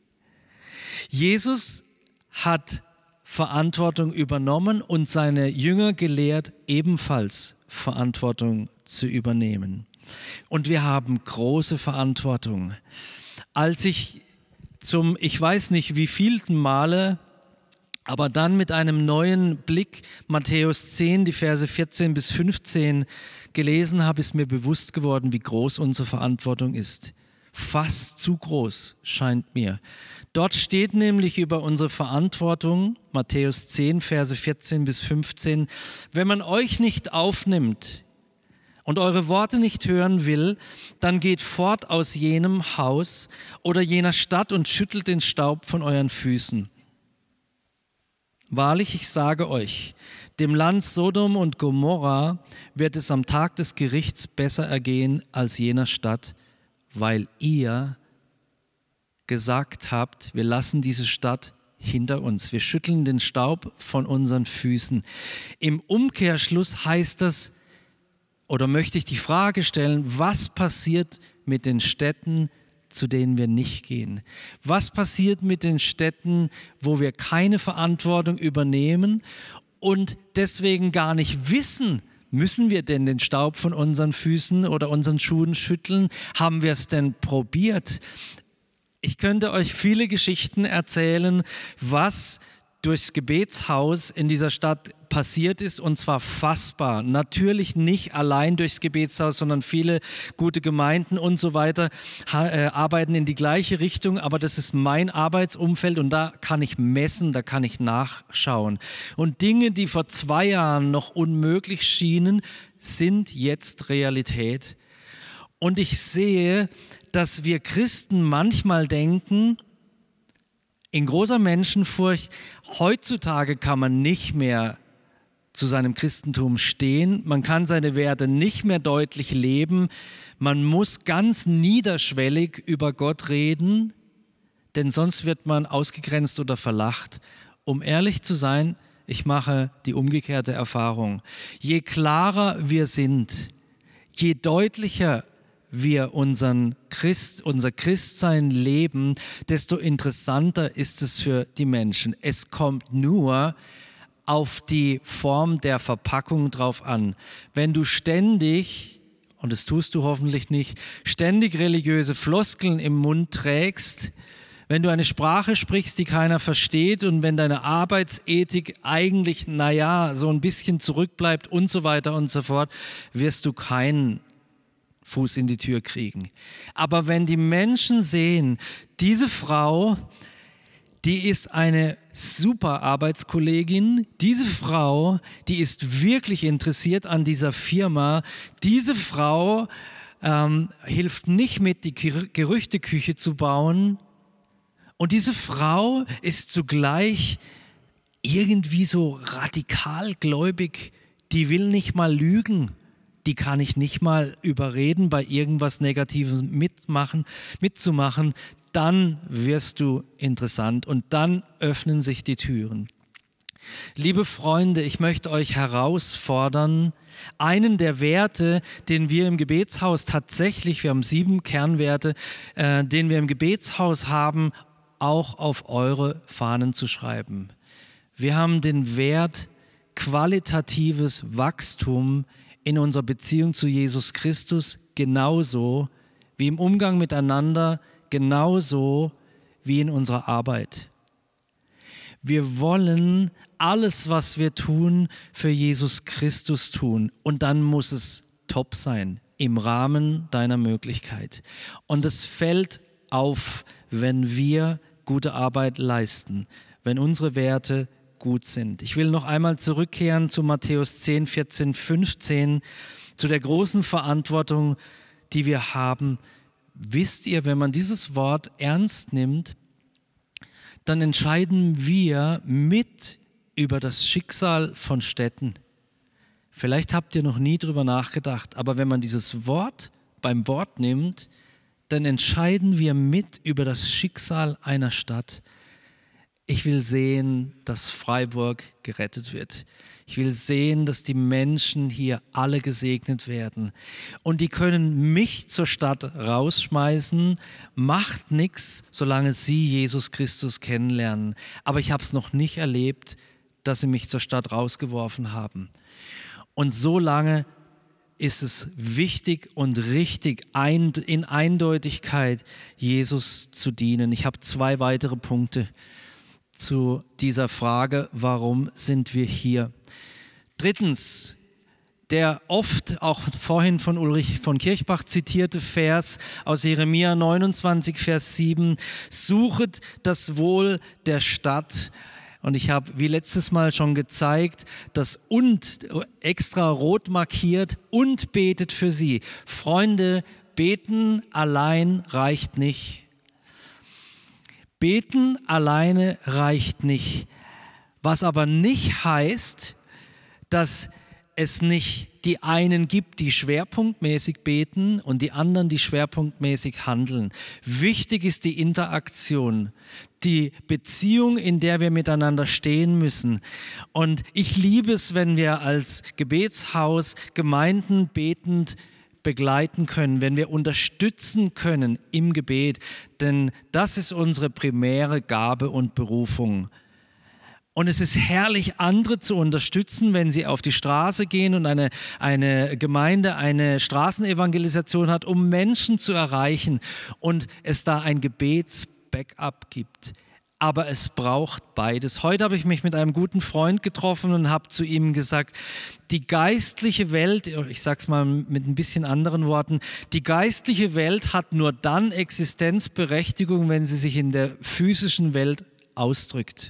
Jesus hat Verantwortung übernommen und seine Jünger gelehrt, ebenfalls Verantwortung zu übernehmen. Und wir haben große Verantwortung. Als ich zum, ich weiß nicht wievielten Male, aber dann mit einem neuen Blick Matthäus zehn, die Verse vierzehn bis fünfzehn gelesen habe, ist mir bewusst geworden, wie groß unsere Verantwortung ist. Fast zu groß, scheint mir. Dort steht nämlich über unsere Verantwortung, Matthäus zehn, Verse vierzehn bis fünfzehn, wenn man euch nicht aufnimmt und eure Worte nicht hören will, dann geht fort aus jenem Haus oder jener Stadt und schüttelt den Staub von euren Füßen. Wahrlich, ich sage euch, dem Land Sodom und Gomorra wird es am Tag des Gerichts besser ergehen als jener Stadt, weil ihr gesagt habt, wir lassen diese Stadt hinter uns. Wir schütteln den Staub von unseren Füßen. Im Umkehrschluss heißt das, oder möchte ich die Frage stellen, was passiert mit den Städten, zu denen wir nicht gehen? Was passiert mit den Städten, wo wir keine Verantwortung übernehmen und deswegen gar nicht wissen, müssen wir denn den Staub von unseren Füßen oder unseren Schuhen schütteln? Haben wir es denn probiert? Ich könnte euch viele Geschichten erzählen, was durchs Gebetshaus in dieser Stadt passiert ist, und zwar fassbar. Natürlich nicht allein durchs Gebetshaus, sondern viele gute Gemeinden und so weiter äh, arbeiten in die gleiche Richtung, aber das ist mein Arbeitsumfeld und da kann ich messen, da kann ich nachschauen. Und Dinge, die vor zwei Jahren noch unmöglich schienen, sind jetzt Realität. Und ich sehe, dass wir Christen manchmal denken, in großer Menschenfurcht, heutzutage kann man nicht mehr zu seinem Christentum stehen, man kann seine Werte nicht mehr deutlich leben, man muss ganz niederschwellig über Gott reden, denn sonst wird man ausgegrenzt oder verlacht. Um ehrlich zu sein, ich mache die umgekehrte Erfahrung. Je klarer wir sind, je deutlicher wir unseren Christ, unser Christsein leben, desto interessanter ist es für die Menschen. Es kommt nur auf die Form der Verpackung drauf an. Wenn du ständig, und das tust du hoffentlich nicht, ständig religiöse Floskeln im Mund trägst, wenn du eine Sprache sprichst, die keiner versteht und wenn deine Arbeitsethik eigentlich, naja, so ein bisschen zurückbleibt und so weiter und so fort, wirst du keinen Fuß in die Tür kriegen. Aber wenn die Menschen sehen, diese Frau, die ist eine super Arbeitskollegin, diese Frau, die ist wirklich interessiert an dieser Firma, diese Frau ähm, hilft nicht mit, die Gerüchteküche zu bauen, und diese Frau ist zugleich irgendwie so radikal gläubig, die will nicht mal lügen. Die kann ich nicht mal überreden, bei irgendwas Negativem mitmachen, mitzumachen, dann wirst du interessant und dann öffnen sich die Türen. Liebe Freunde, ich möchte euch herausfordern, einen der Werte, den wir im Gebetshaus tatsächlich, wir haben sieben Kernwerte, äh, den wir im Gebetshaus haben, auch auf eure Fahnen zu schreiben. Wir haben den Wert qualitatives Wachstum in unserer Beziehung zu Jesus Christus, genauso wie im Umgang miteinander, genauso wie in unserer Arbeit. Wir wollen alles, was wir tun, für Jesus Christus tun. Und dann muss es top sein, im Rahmen deiner Möglichkeit. Und es fällt auf, wenn wir gute Arbeit leisten, wenn unsere Werte gut sind. Ich will noch einmal zurückkehren zu Matthäus zehn, vierzehn, fünfzehn, zu der großen Verantwortung, die wir haben. Wisst ihr, wenn man dieses Wort ernst nimmt, dann entscheiden wir mit über das Schicksal von Städten. Vielleicht habt ihr noch nie drüber nachgedacht, aber wenn man dieses Wort beim Wort nimmt, dann entscheiden wir mit über das Schicksal einer Stadt. Ich will sehen, dass Freiburg gerettet wird. Ich will sehen, dass die Menschen hier alle gesegnet werden. Und die können mich zur Stadt rausschmeißen, macht nichts, solange sie Jesus Christus kennenlernen. Aber ich habe es noch nicht erlebt, dass sie mich zur Stadt rausgeworfen haben. Und so lange ist es wichtig und richtig, in Eindeutigkeit Jesus zu dienen. Ich habe zwei weitere Punkte zu dieser Frage, warum sind wir hier? Drittens, Der oft, auch vorhin von Ulrich von Kirchbach zitierte Vers aus Jeremia neunundzwanzig, Vers sieben, suchet das Wohl der Stadt. Und ich habe, wie letztes Mal schon gezeigt, das und extra rot markiert und betet für sie. Freunde, beten allein reicht nicht. Beten alleine reicht nicht. Was aber nicht heißt, dass es nicht die einen gibt, die schwerpunktmäßig beten und die anderen, die schwerpunktmäßig handeln. Wichtig ist die Interaktion, die Beziehung, in der wir miteinander stehen müssen. Und ich liebe es, wenn wir als Gebetshaus Gemeinden betend begleiten können, wenn wir unterstützen können im Gebet, denn das ist unsere primäre Gabe und Berufung. Und es ist herrlich, andere zu unterstützen, wenn sie auf die Straße gehen und eine, eine Gemeinde eine Straßenevangelisation hat, um Menschen zu erreichen und es da ein Gebets-Backup gibt. Aber es braucht beides. Heute habe ich mich mit einem guten Freund getroffen und habe zu ihm gesagt, die geistliche Welt, ich sage es mal mit ein bisschen anderen Worten, die geistliche Welt hat nur dann Existenzberechtigung, wenn sie sich in der physischen Welt ausdrückt.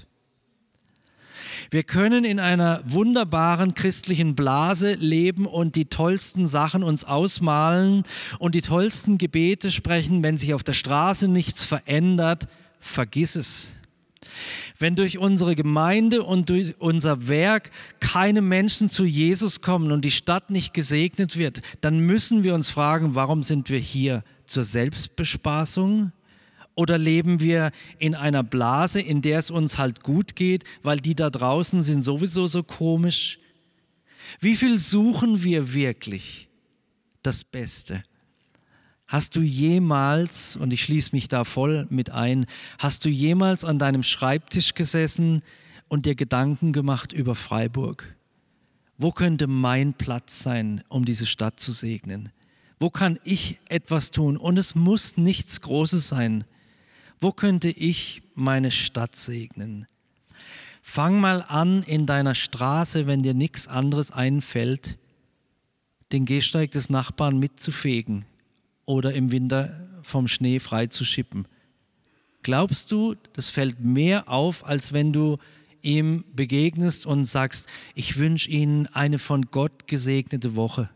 Wir können in einer wunderbaren christlichen Blase leben und die tollsten Sachen uns ausmalen und die tollsten Gebete sprechen. Wenn sich auf der Straße nichts verändert, vergiss es. Wenn durch unsere Gemeinde und durch unser Werk keine Menschen zu Jesus kommen und die Stadt nicht gesegnet wird, dann müssen wir uns fragen, warum sind wir hier? Zur Selbstbespaßung? Oder leben wir in einer Blase, in der es uns halt gut geht, weil die da draußen sind sowieso so komisch? Wie viel suchen wir wirklich das Beste? Hast du jemals, und ich schließe mich da voll mit ein, hast du jemals an deinem Schreibtisch gesessen und dir Gedanken gemacht über Freiburg? Wo könnte mein Platz sein, um diese Stadt zu segnen? Wo kann ich etwas tun? Und es muss nichts Großes sein. Wo könnte ich meine Stadt segnen? Fang mal an in deiner Straße, wenn dir nichts anderes einfällt, den Gehsteig des Nachbarn mitzufegen oder im Winter vom Schnee freizuschippen. Glaubst du, das fällt mehr auf, als wenn du ihm begegnest und sagst, ich wünsche Ihnen eine von Gott gesegnete Woche.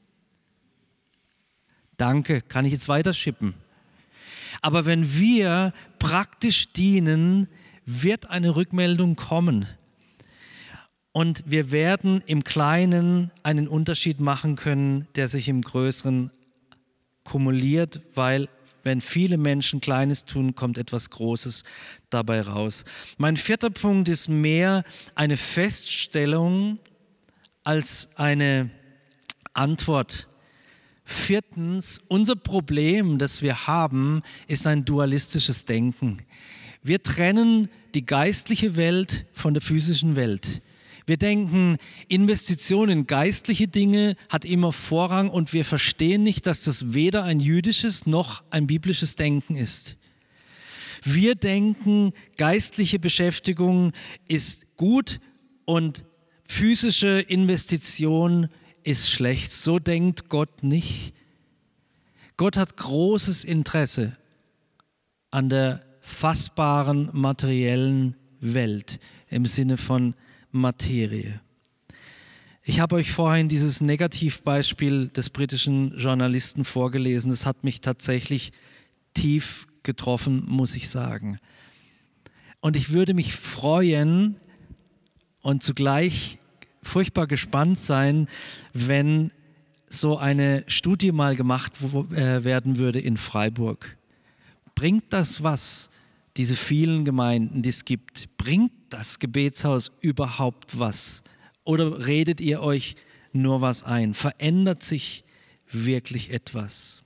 Danke, kann ich jetzt weiterschippen? Aber wenn wir praktisch dienen, wird eine Rückmeldung kommen. Und wir werden im Kleinen einen Unterschied machen können, der sich im Größeren kumuliert, weil wenn viele Menschen Kleines tun, kommt etwas Großes dabei raus. Mein vierter Punkt ist mehr eine Feststellung als eine Antwort. Viertens, unser Problem, das wir haben, ist ein dualistisches Denken. Wir trennen die geistliche Welt von der physischen Welt. Wir denken, Investition in geistliche Dinge hat immer Vorrang und wir verstehen nicht, dass das weder ein jüdisches noch ein biblisches Denken ist. Wir denken, geistliche Beschäftigung ist gut und physische Investition ist schlecht. So denkt Gott nicht. Gott hat großes Interesse an der fassbaren materiellen Welt im Sinne von Materie. Ich habe euch vorhin dieses Negativbeispiel des britischen Journalisten vorgelesen. Das hat mich tatsächlich tief getroffen, muss ich sagen. Und ich würde mich freuen und zugleich furchtbar gespannt sein, wenn so eine Studie mal gemacht werden würde in Freiburg. Bringt das was, diese vielen Gemeinden, die es gibt? Bringt das Gebetshaus überhaupt was? Oder redet ihr euch nur was ein? Verändert sich wirklich etwas?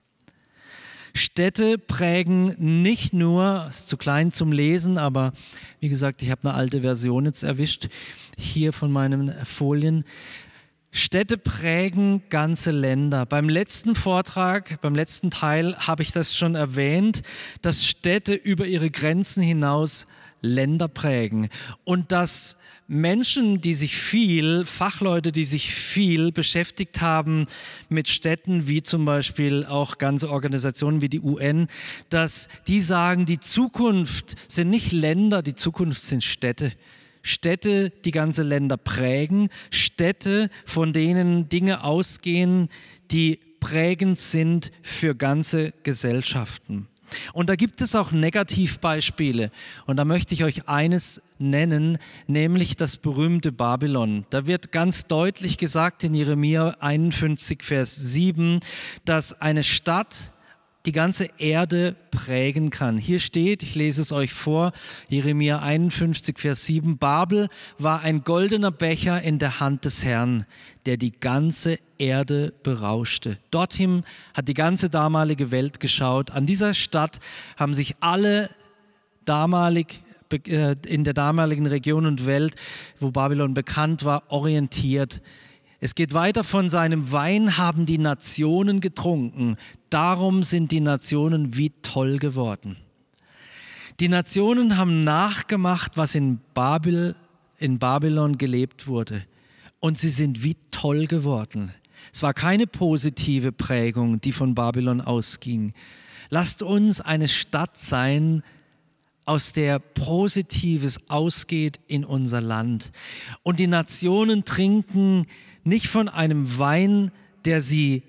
Städte prägen nicht nur, ist zu klein zum Lesen, aber wie gesagt, ich habe eine alte Version jetzt erwischt, hier von meinen Folien. Städte prägen ganze Länder. Beim letzten Vortrag, beim letzten Teil habe ich das schon erwähnt, dass Städte über ihre Grenzen hinaus Länder prägen und dass Menschen, die sich viel, Fachleute, die sich viel beschäftigt haben mit Städten, wie zum Beispiel auch ganze Organisationen wie die U N, dass die sagen, die Zukunft sind nicht Länder, die Zukunft sind Städte. Städte, die ganze Länder prägen, Städte, von denen Dinge ausgehen, die prägend sind für ganze Gesellschaften. Und da gibt es auch Negativbeispiele. Und da möchte ich euch eines nennen, nämlich das berühmte Babylon. Da wird ganz deutlich gesagt in Jeremia einundfünfzig, Vers sieben, dass eine Stadt die ganze Erde prägen kann. Hier steht, ich lese es euch vor, Jeremia einundfünfzig, Vers sieben, Babel war ein goldener Becher in der Hand des Herrn, der die ganze Erde berauschte. Dorthin hat die ganze damalige Welt geschaut. An dieser Stadt haben sich alle damalig in der damaligen Region und Welt, wo Babylon bekannt war, orientiert. Es geht weiter, von seinem Wein haben die Nationen getrunken. Darum sind die Nationen wie toll geworden. Die Nationen haben nachgemacht, was in, Babel, in Babylon gelebt wurde. Und sie sind wie toll geworden. Es war keine positive Prägung, die von Babylon ausging. Lasst uns eine Stadt sein, aus der Positives ausgeht in unser Land. Und die Nationen trinken nicht von einem Wein, der sie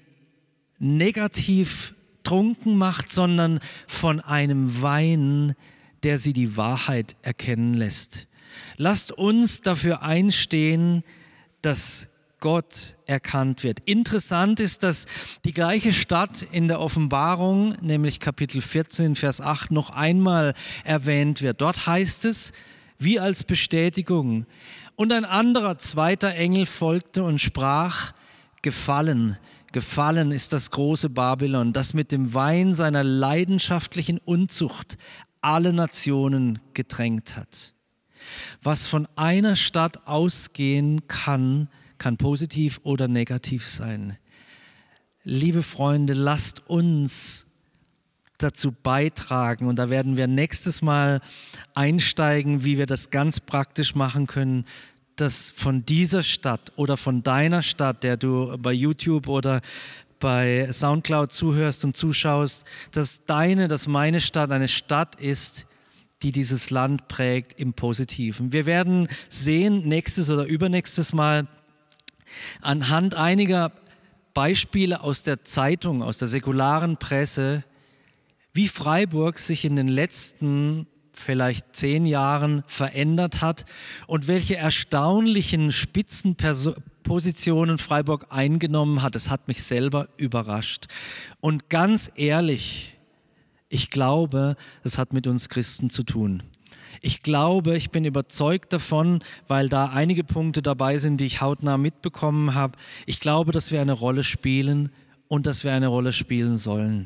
negativ trunken macht, sondern von einem Wein, der sie die Wahrheit erkennen lässt. Lasst uns dafür einstehen, dass Gott erkannt wird. Interessant ist, dass die gleiche Stadt in der Offenbarung, nämlich Kapitel vierzehn, Vers acht, noch einmal erwähnt wird. Dort heißt es, wie als Bestätigung, und ein anderer zweiter Engel folgte und sprach, gefallen, gefallen ist das große Babylon, das mit dem Wein seiner leidenschaftlichen Unzucht alle Nationen getränkt hat. Was von einer Stadt ausgehen kann, kann positiv oder negativ sein. Liebe Freunde, lasst uns dazu beitragen, und da werden wir nächstes Mal einsteigen, wie wir das ganz praktisch machen können, dass von dieser Stadt oder von deiner Stadt, der du bei YouTube oder bei Soundcloud zuhörst und zuschaust, dass deine, dass meine Stadt eine Stadt ist, die dieses Land prägt im Positiven. Wir werden sehen, nächstes oder übernächstes Mal, anhand einiger Beispiele aus der Zeitung, aus der säkularen Presse, wie Freiburg sich in den letzten vielleicht zehn Jahren verändert hat und welche erstaunlichen Spitzenpositionen Freiburg eingenommen hat. Das hat mich selber überrascht. Und ganz ehrlich, ich glaube, das hat mit uns Christen zu tun. Ich glaube, ich bin überzeugt davon, weil da einige Punkte dabei sind, die ich hautnah mitbekommen habe. Ich glaube, dass wir eine Rolle spielen und dass wir eine Rolle spielen sollen.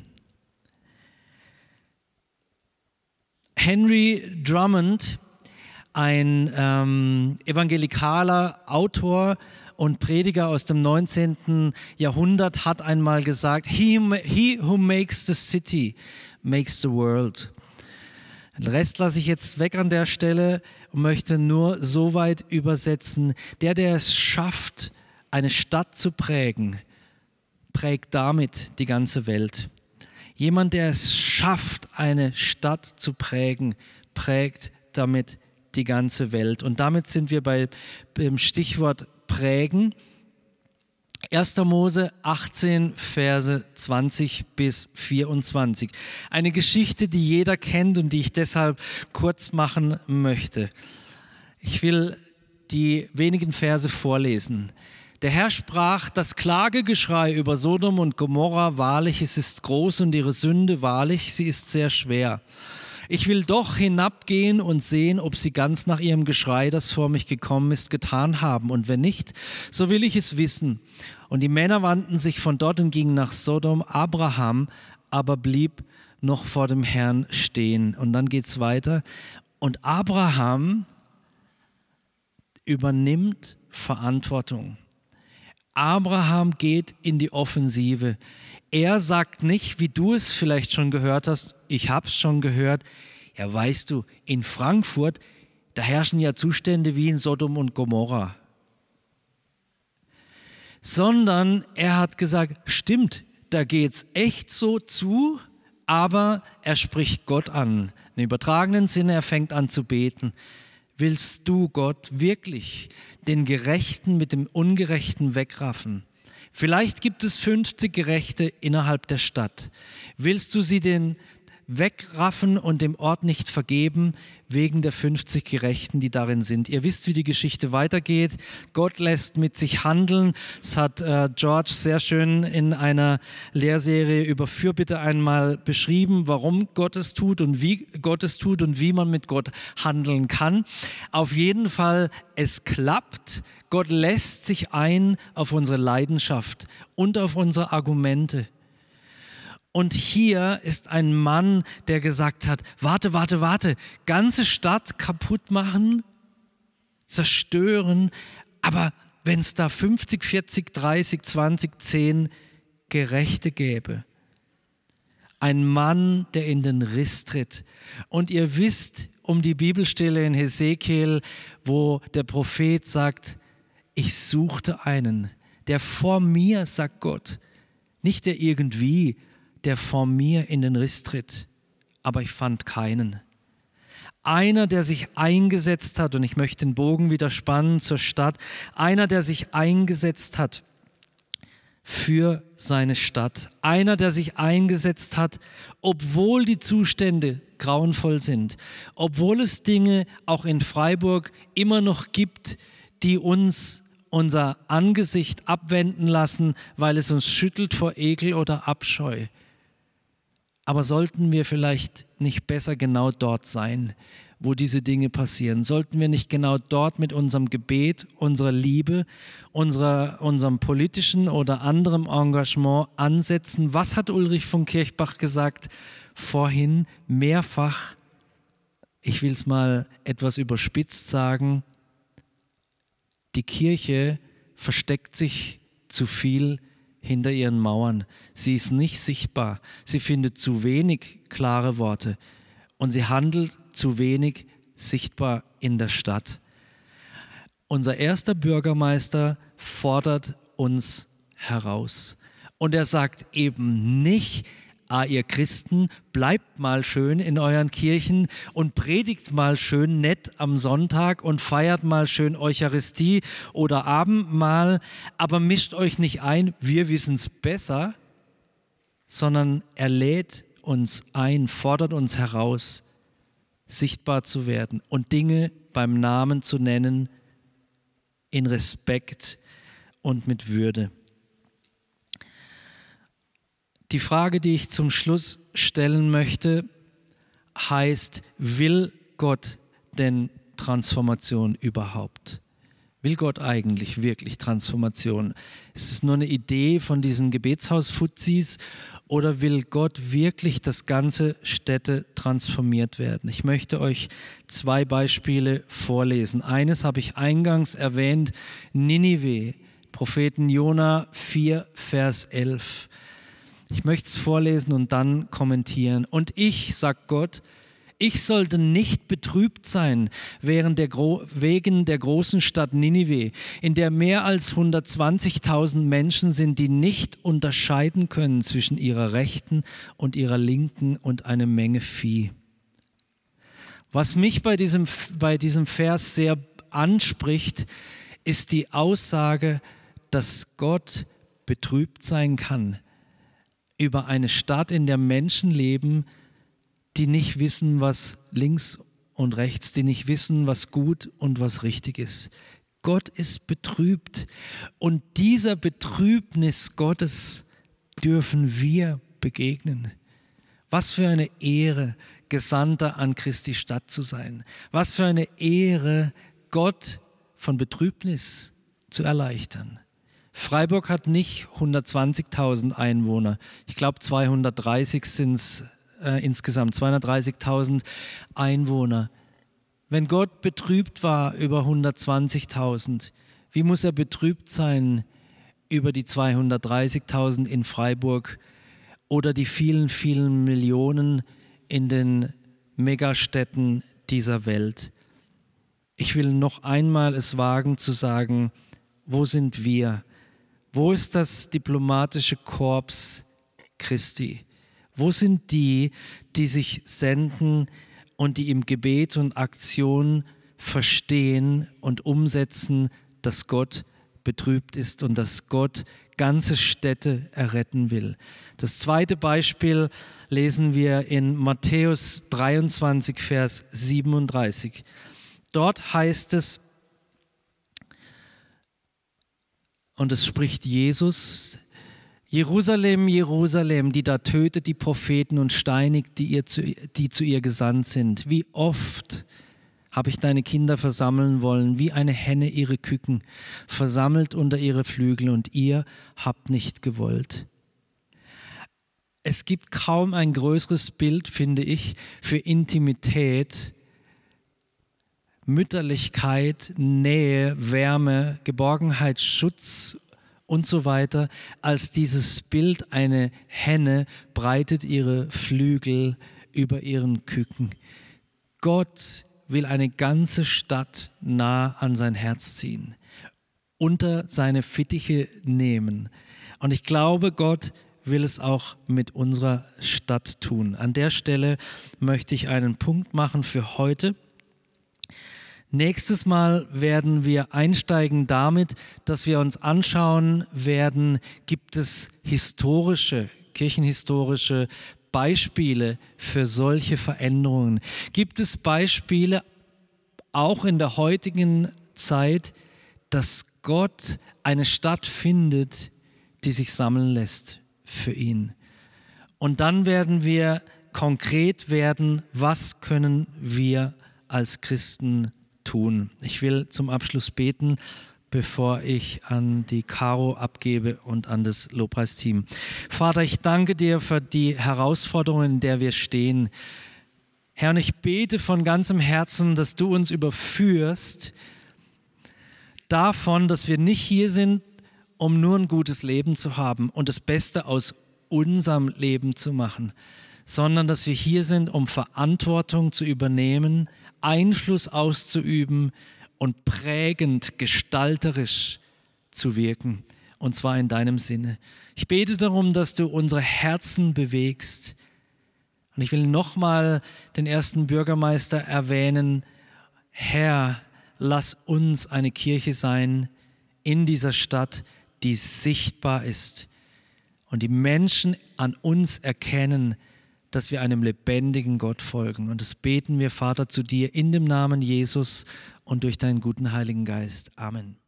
Henry Drummond, ein ähm, evangelikaler Autor und Prediger aus dem neunzehnten Jahrhundert, hat einmal gesagt, he, he who makes the city makes the world. Den Rest lasse ich jetzt weg an der Stelle und möchte nur so weit übersetzen. Der, der es schafft, eine Stadt zu prägen, prägt damit die ganze Welt. Jemand, der es schafft, eine Stadt zu prägen, prägt damit die ganze Welt. Und damit sind wir bei, beim Stichwort prägen. erster Mose achtzehn, Verse zwanzig bis vierundzwanzig. Eine Geschichte, die jeder kennt und die ich deshalb kurz machen möchte. Ich will die wenigen Verse vorlesen. Der Herr sprach, das Klagegeschrei über Sodom und Gomorra, wahrlich, es ist groß und ihre Sünde, wahrlich, sie ist sehr schwer. Ich will doch hinabgehen und sehen, ob sie ganz nach ihrem Geschrei, das vor mich gekommen ist, getan haben. Und wenn nicht, so will ich es wissen. Und die Männer wandten sich von dort und gingen nach Sodom. Abraham aber blieb noch vor dem Herrn stehen. Und dann geht's weiter. Und Abraham übernimmt Verantwortung. Abraham geht in die Offensive. Er sagt nicht, wie du es vielleicht schon gehört hast, ich habe es schon gehört, Ja, weißt du, in Frankfurt, da herrschen ja Zustände wie in Sodom und Gomorra. Sondern er hat gesagt, stimmt, da geht es echt so zu, aber er spricht Gott an. Im übertragenen Sinne, er fängt an zu beten. Willst du, Gott, wirklich den Gerechten mit dem Ungerechten wegraffen? Vielleicht gibt es fünfzig Gerechte innerhalb der Stadt. Willst du sie den wegraffen und dem Ort nicht vergeben, wegen der fünfzig Gerechten, die darin sind? Ihr wisst, wie die Geschichte weitergeht. Gott lässt mit sich handeln. Das hat äh, George sehr schön in einer Lehrserie über Fürbitte einmal beschrieben, warum Gott es tut und wie Gott es tut und wie man mit Gott handeln kann. Auf jeden Fall, es klappt. Gott lässt sich ein auf unsere Leidenschaft und auf unsere Argumente. Und hier ist ein Mann, der gesagt hat, warte, warte, warte, ganze Stadt kaputt machen, zerstören, aber wenn es da fünfzig, vierzig, dreißig, zwanzig, zehn Gerechte gäbe. Ein Mann, der in den Riss tritt. Und ihr wisst um die Bibelstelle in Hesekiel, wo der Prophet sagt, ich suchte einen, der vor mir, sagt Gott, nicht der irgendwie, der vor mir in den Riss tritt, aber ich fand keinen. Einer, der sich eingesetzt hat, und ich möchte den Bogen wieder spannen zur Stadt, einer, der sich eingesetzt hat für seine Stadt, einer, der sich eingesetzt hat, obwohl die Zustände grauenvoll sind, obwohl es Dinge auch in Freiburg immer noch gibt, die uns unser Angesicht abwenden lassen, weil es uns schüttelt vor Ekel oder Abscheu. Aber sollten wir vielleicht nicht besser genau dort sein, wo diese Dinge passieren? Sollten wir nicht genau dort mit unserem Gebet, unserer Liebe, unserer, unserem politischen oder anderem Engagement ansetzen? Was hat Ulrich von Kirchbach gesagt vorhin? Mehrfach, ich will es mal etwas überspitzt sagen, die Kirche versteckt sich zu viel hinter ihren Mauern. Sie ist nicht sichtbar. Sie findet zu wenig klare Worte und sie handelt zu wenig sichtbar in der Stadt. Unser erster Bürgermeister fordert uns heraus und er sagt eben nicht, ah, ihr Christen, bleibt mal schön in euren Kirchen und predigt mal schön nett am Sonntag und feiert mal schön Eucharistie oder Abendmahl, aber mischt euch nicht ein, wir wissen es besser, sondern er lädt uns ein, fordert uns heraus, sichtbar zu werden und Dinge beim Namen zu nennen, in Respekt und mit Würde. Die Frage, die ich zum Schluss stellen möchte, heißt, will Gott denn Transformation überhaupt? Will Gott eigentlich wirklich Transformation? Ist es nur eine Idee von diesen Gebetshaus-Fuzis oder will Gott wirklich, dass ganze Städte transformiert werden? Ich möchte euch zwei Beispiele vorlesen. Eines habe ich eingangs erwähnt, Ninive, Propheten Jona vier, Vers elf. Ich möchte es vorlesen und dann kommentieren. Und ich, sagt Gott, ich sollte nicht betrübt sein während der Gro- wegen der großen Stadt Ninive, in der mehr als hundertzwanzigtausend Menschen sind, die nicht unterscheiden können zwischen ihrer rechten und ihrer linken und eine Menge Vieh. Was mich bei diesem, bei diesem Vers sehr anspricht, ist die Aussage, dass Gott betrübt sein kann über eine Stadt, in der Menschen leben, die nicht wissen, was links und rechts, die nicht wissen, was gut und was richtig ist. Gott ist betrübt und dieser Betrübnis Gottes dürfen wir begegnen. Was für eine Ehre, Gesandter an Christi Stadt zu sein. Was für eine Ehre, Gott von Betrübnis zu erleichtern. Freiburg hat nicht hundertzwanzigtausend Einwohner. Ich glaube, zweihundertdreißig sind es äh, insgesamt, zweihundertdreißigtausend Einwohner. Wenn Gott betrübt war über hundertzwanzigtausend, wie muss er betrübt sein über die zweihundertdreißigtausend in Freiburg oder die vielen, vielen Millionen in den Megastädten dieser Welt. Ich will noch einmal es wagen zu sagen, wo sind wir? Wo ist das diplomatische Korps Christi? Wo sind die, die sich senden und die im Gebet und Aktion verstehen und umsetzen, dass Gott betrübt ist und dass Gott ganze Städte erretten will? Das zweite Beispiel lesen wir in Matthäus dreiundzwanzig, Vers siebenunddreißig. Dort heißt es, und es spricht Jesus: Jerusalem, Jerusalem, die da tötet die Propheten und steinigt, die, ihr zu, die zu ihr gesandt sind. Wie oft habe ich deine Kinder versammeln wollen, wie eine Henne ihre Küken, versammelt unter ihre Flügel, und ihr habt nicht gewollt. Es gibt kaum ein größeres Bild, finde ich, für Intimität, Mütterlichkeit, Nähe, Wärme, Geborgenheit, Schutz und so weiter, als dieses Bild: eine Henne breitet ihre Flügel über ihren Küken. Gott will eine ganze Stadt nah an sein Herz ziehen, unter seine Fittiche nehmen. Und ich glaube, Gott will es auch mit unserer Stadt tun. An der Stelle möchte ich einen Punkt machen für heute. Nächstes Mal werden wir einsteigen damit, dass wir uns anschauen werden, gibt es historische, kirchenhistorische Beispiele für solche Veränderungen? Gibt es Beispiele auch in der heutigen Zeit, dass Gott eine Stadt findet, die sich sammeln lässt für ihn? Und dann werden wir konkret werden, was können wir als Christen tun. Ich will zum Abschluss beten, bevor ich an die Caro abgebe und an das Lobpreisteam. Vater, ich danke dir für die Herausforderungen, in der wir stehen. Herr, und ich bete von ganzem Herzen, dass du uns überführst davon, dass wir nicht hier sind, um nur ein gutes Leben zu haben und das Beste aus unserem Leben zu machen, sondern dass wir hier sind, um Verantwortung zu übernehmen, Einfluss auszuüben und prägend, gestalterisch zu wirken, und zwar in deinem Sinne. Ich bete darum, dass du unsere Herzen bewegst. Und ich will nochmal den ersten Bürgermeister erwähnen: Herr, lass uns eine Kirche sein in dieser Stadt, die sichtbar ist und die Menschen an uns erkennen, dass wir einem lebendigen Gott folgen. Und das beten wir, Vater, zu dir in dem Namen Jesus und durch deinen guten Heiligen Geist. Amen.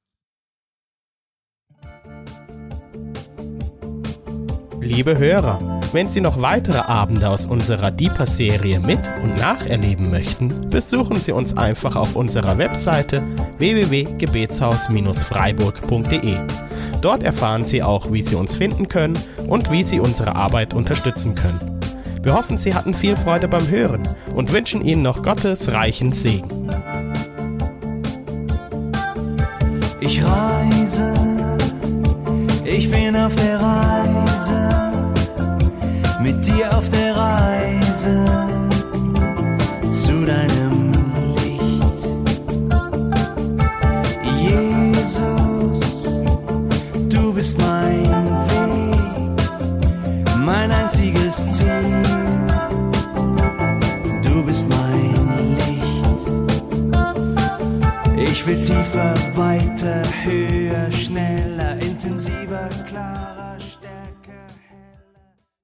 Liebe Hörer, wenn Sie noch weitere Abende aus unserer Deeper-Serie mit- und nacherleben möchten, besuchen Sie uns einfach auf unserer Webseite w w w punkt gebetshaus Bindestrich freiburg punkt d e. Dort erfahren Sie auch, wie Sie uns finden können und wie Sie unsere Arbeit unterstützen können. Wir hoffen, Sie hatten viel Freude beim Hören und wünschen Ihnen noch Gottes reichen Segen. Ich reise, ich bin auf der Reise, mit dir auf der Reise zu deinem Licht. Jesus, du bist mein Weg, mein einziges Ziel. Du bist mein Licht. Ich will tiefer, weiter, höher, schneller, intensiver, klarer, stärker.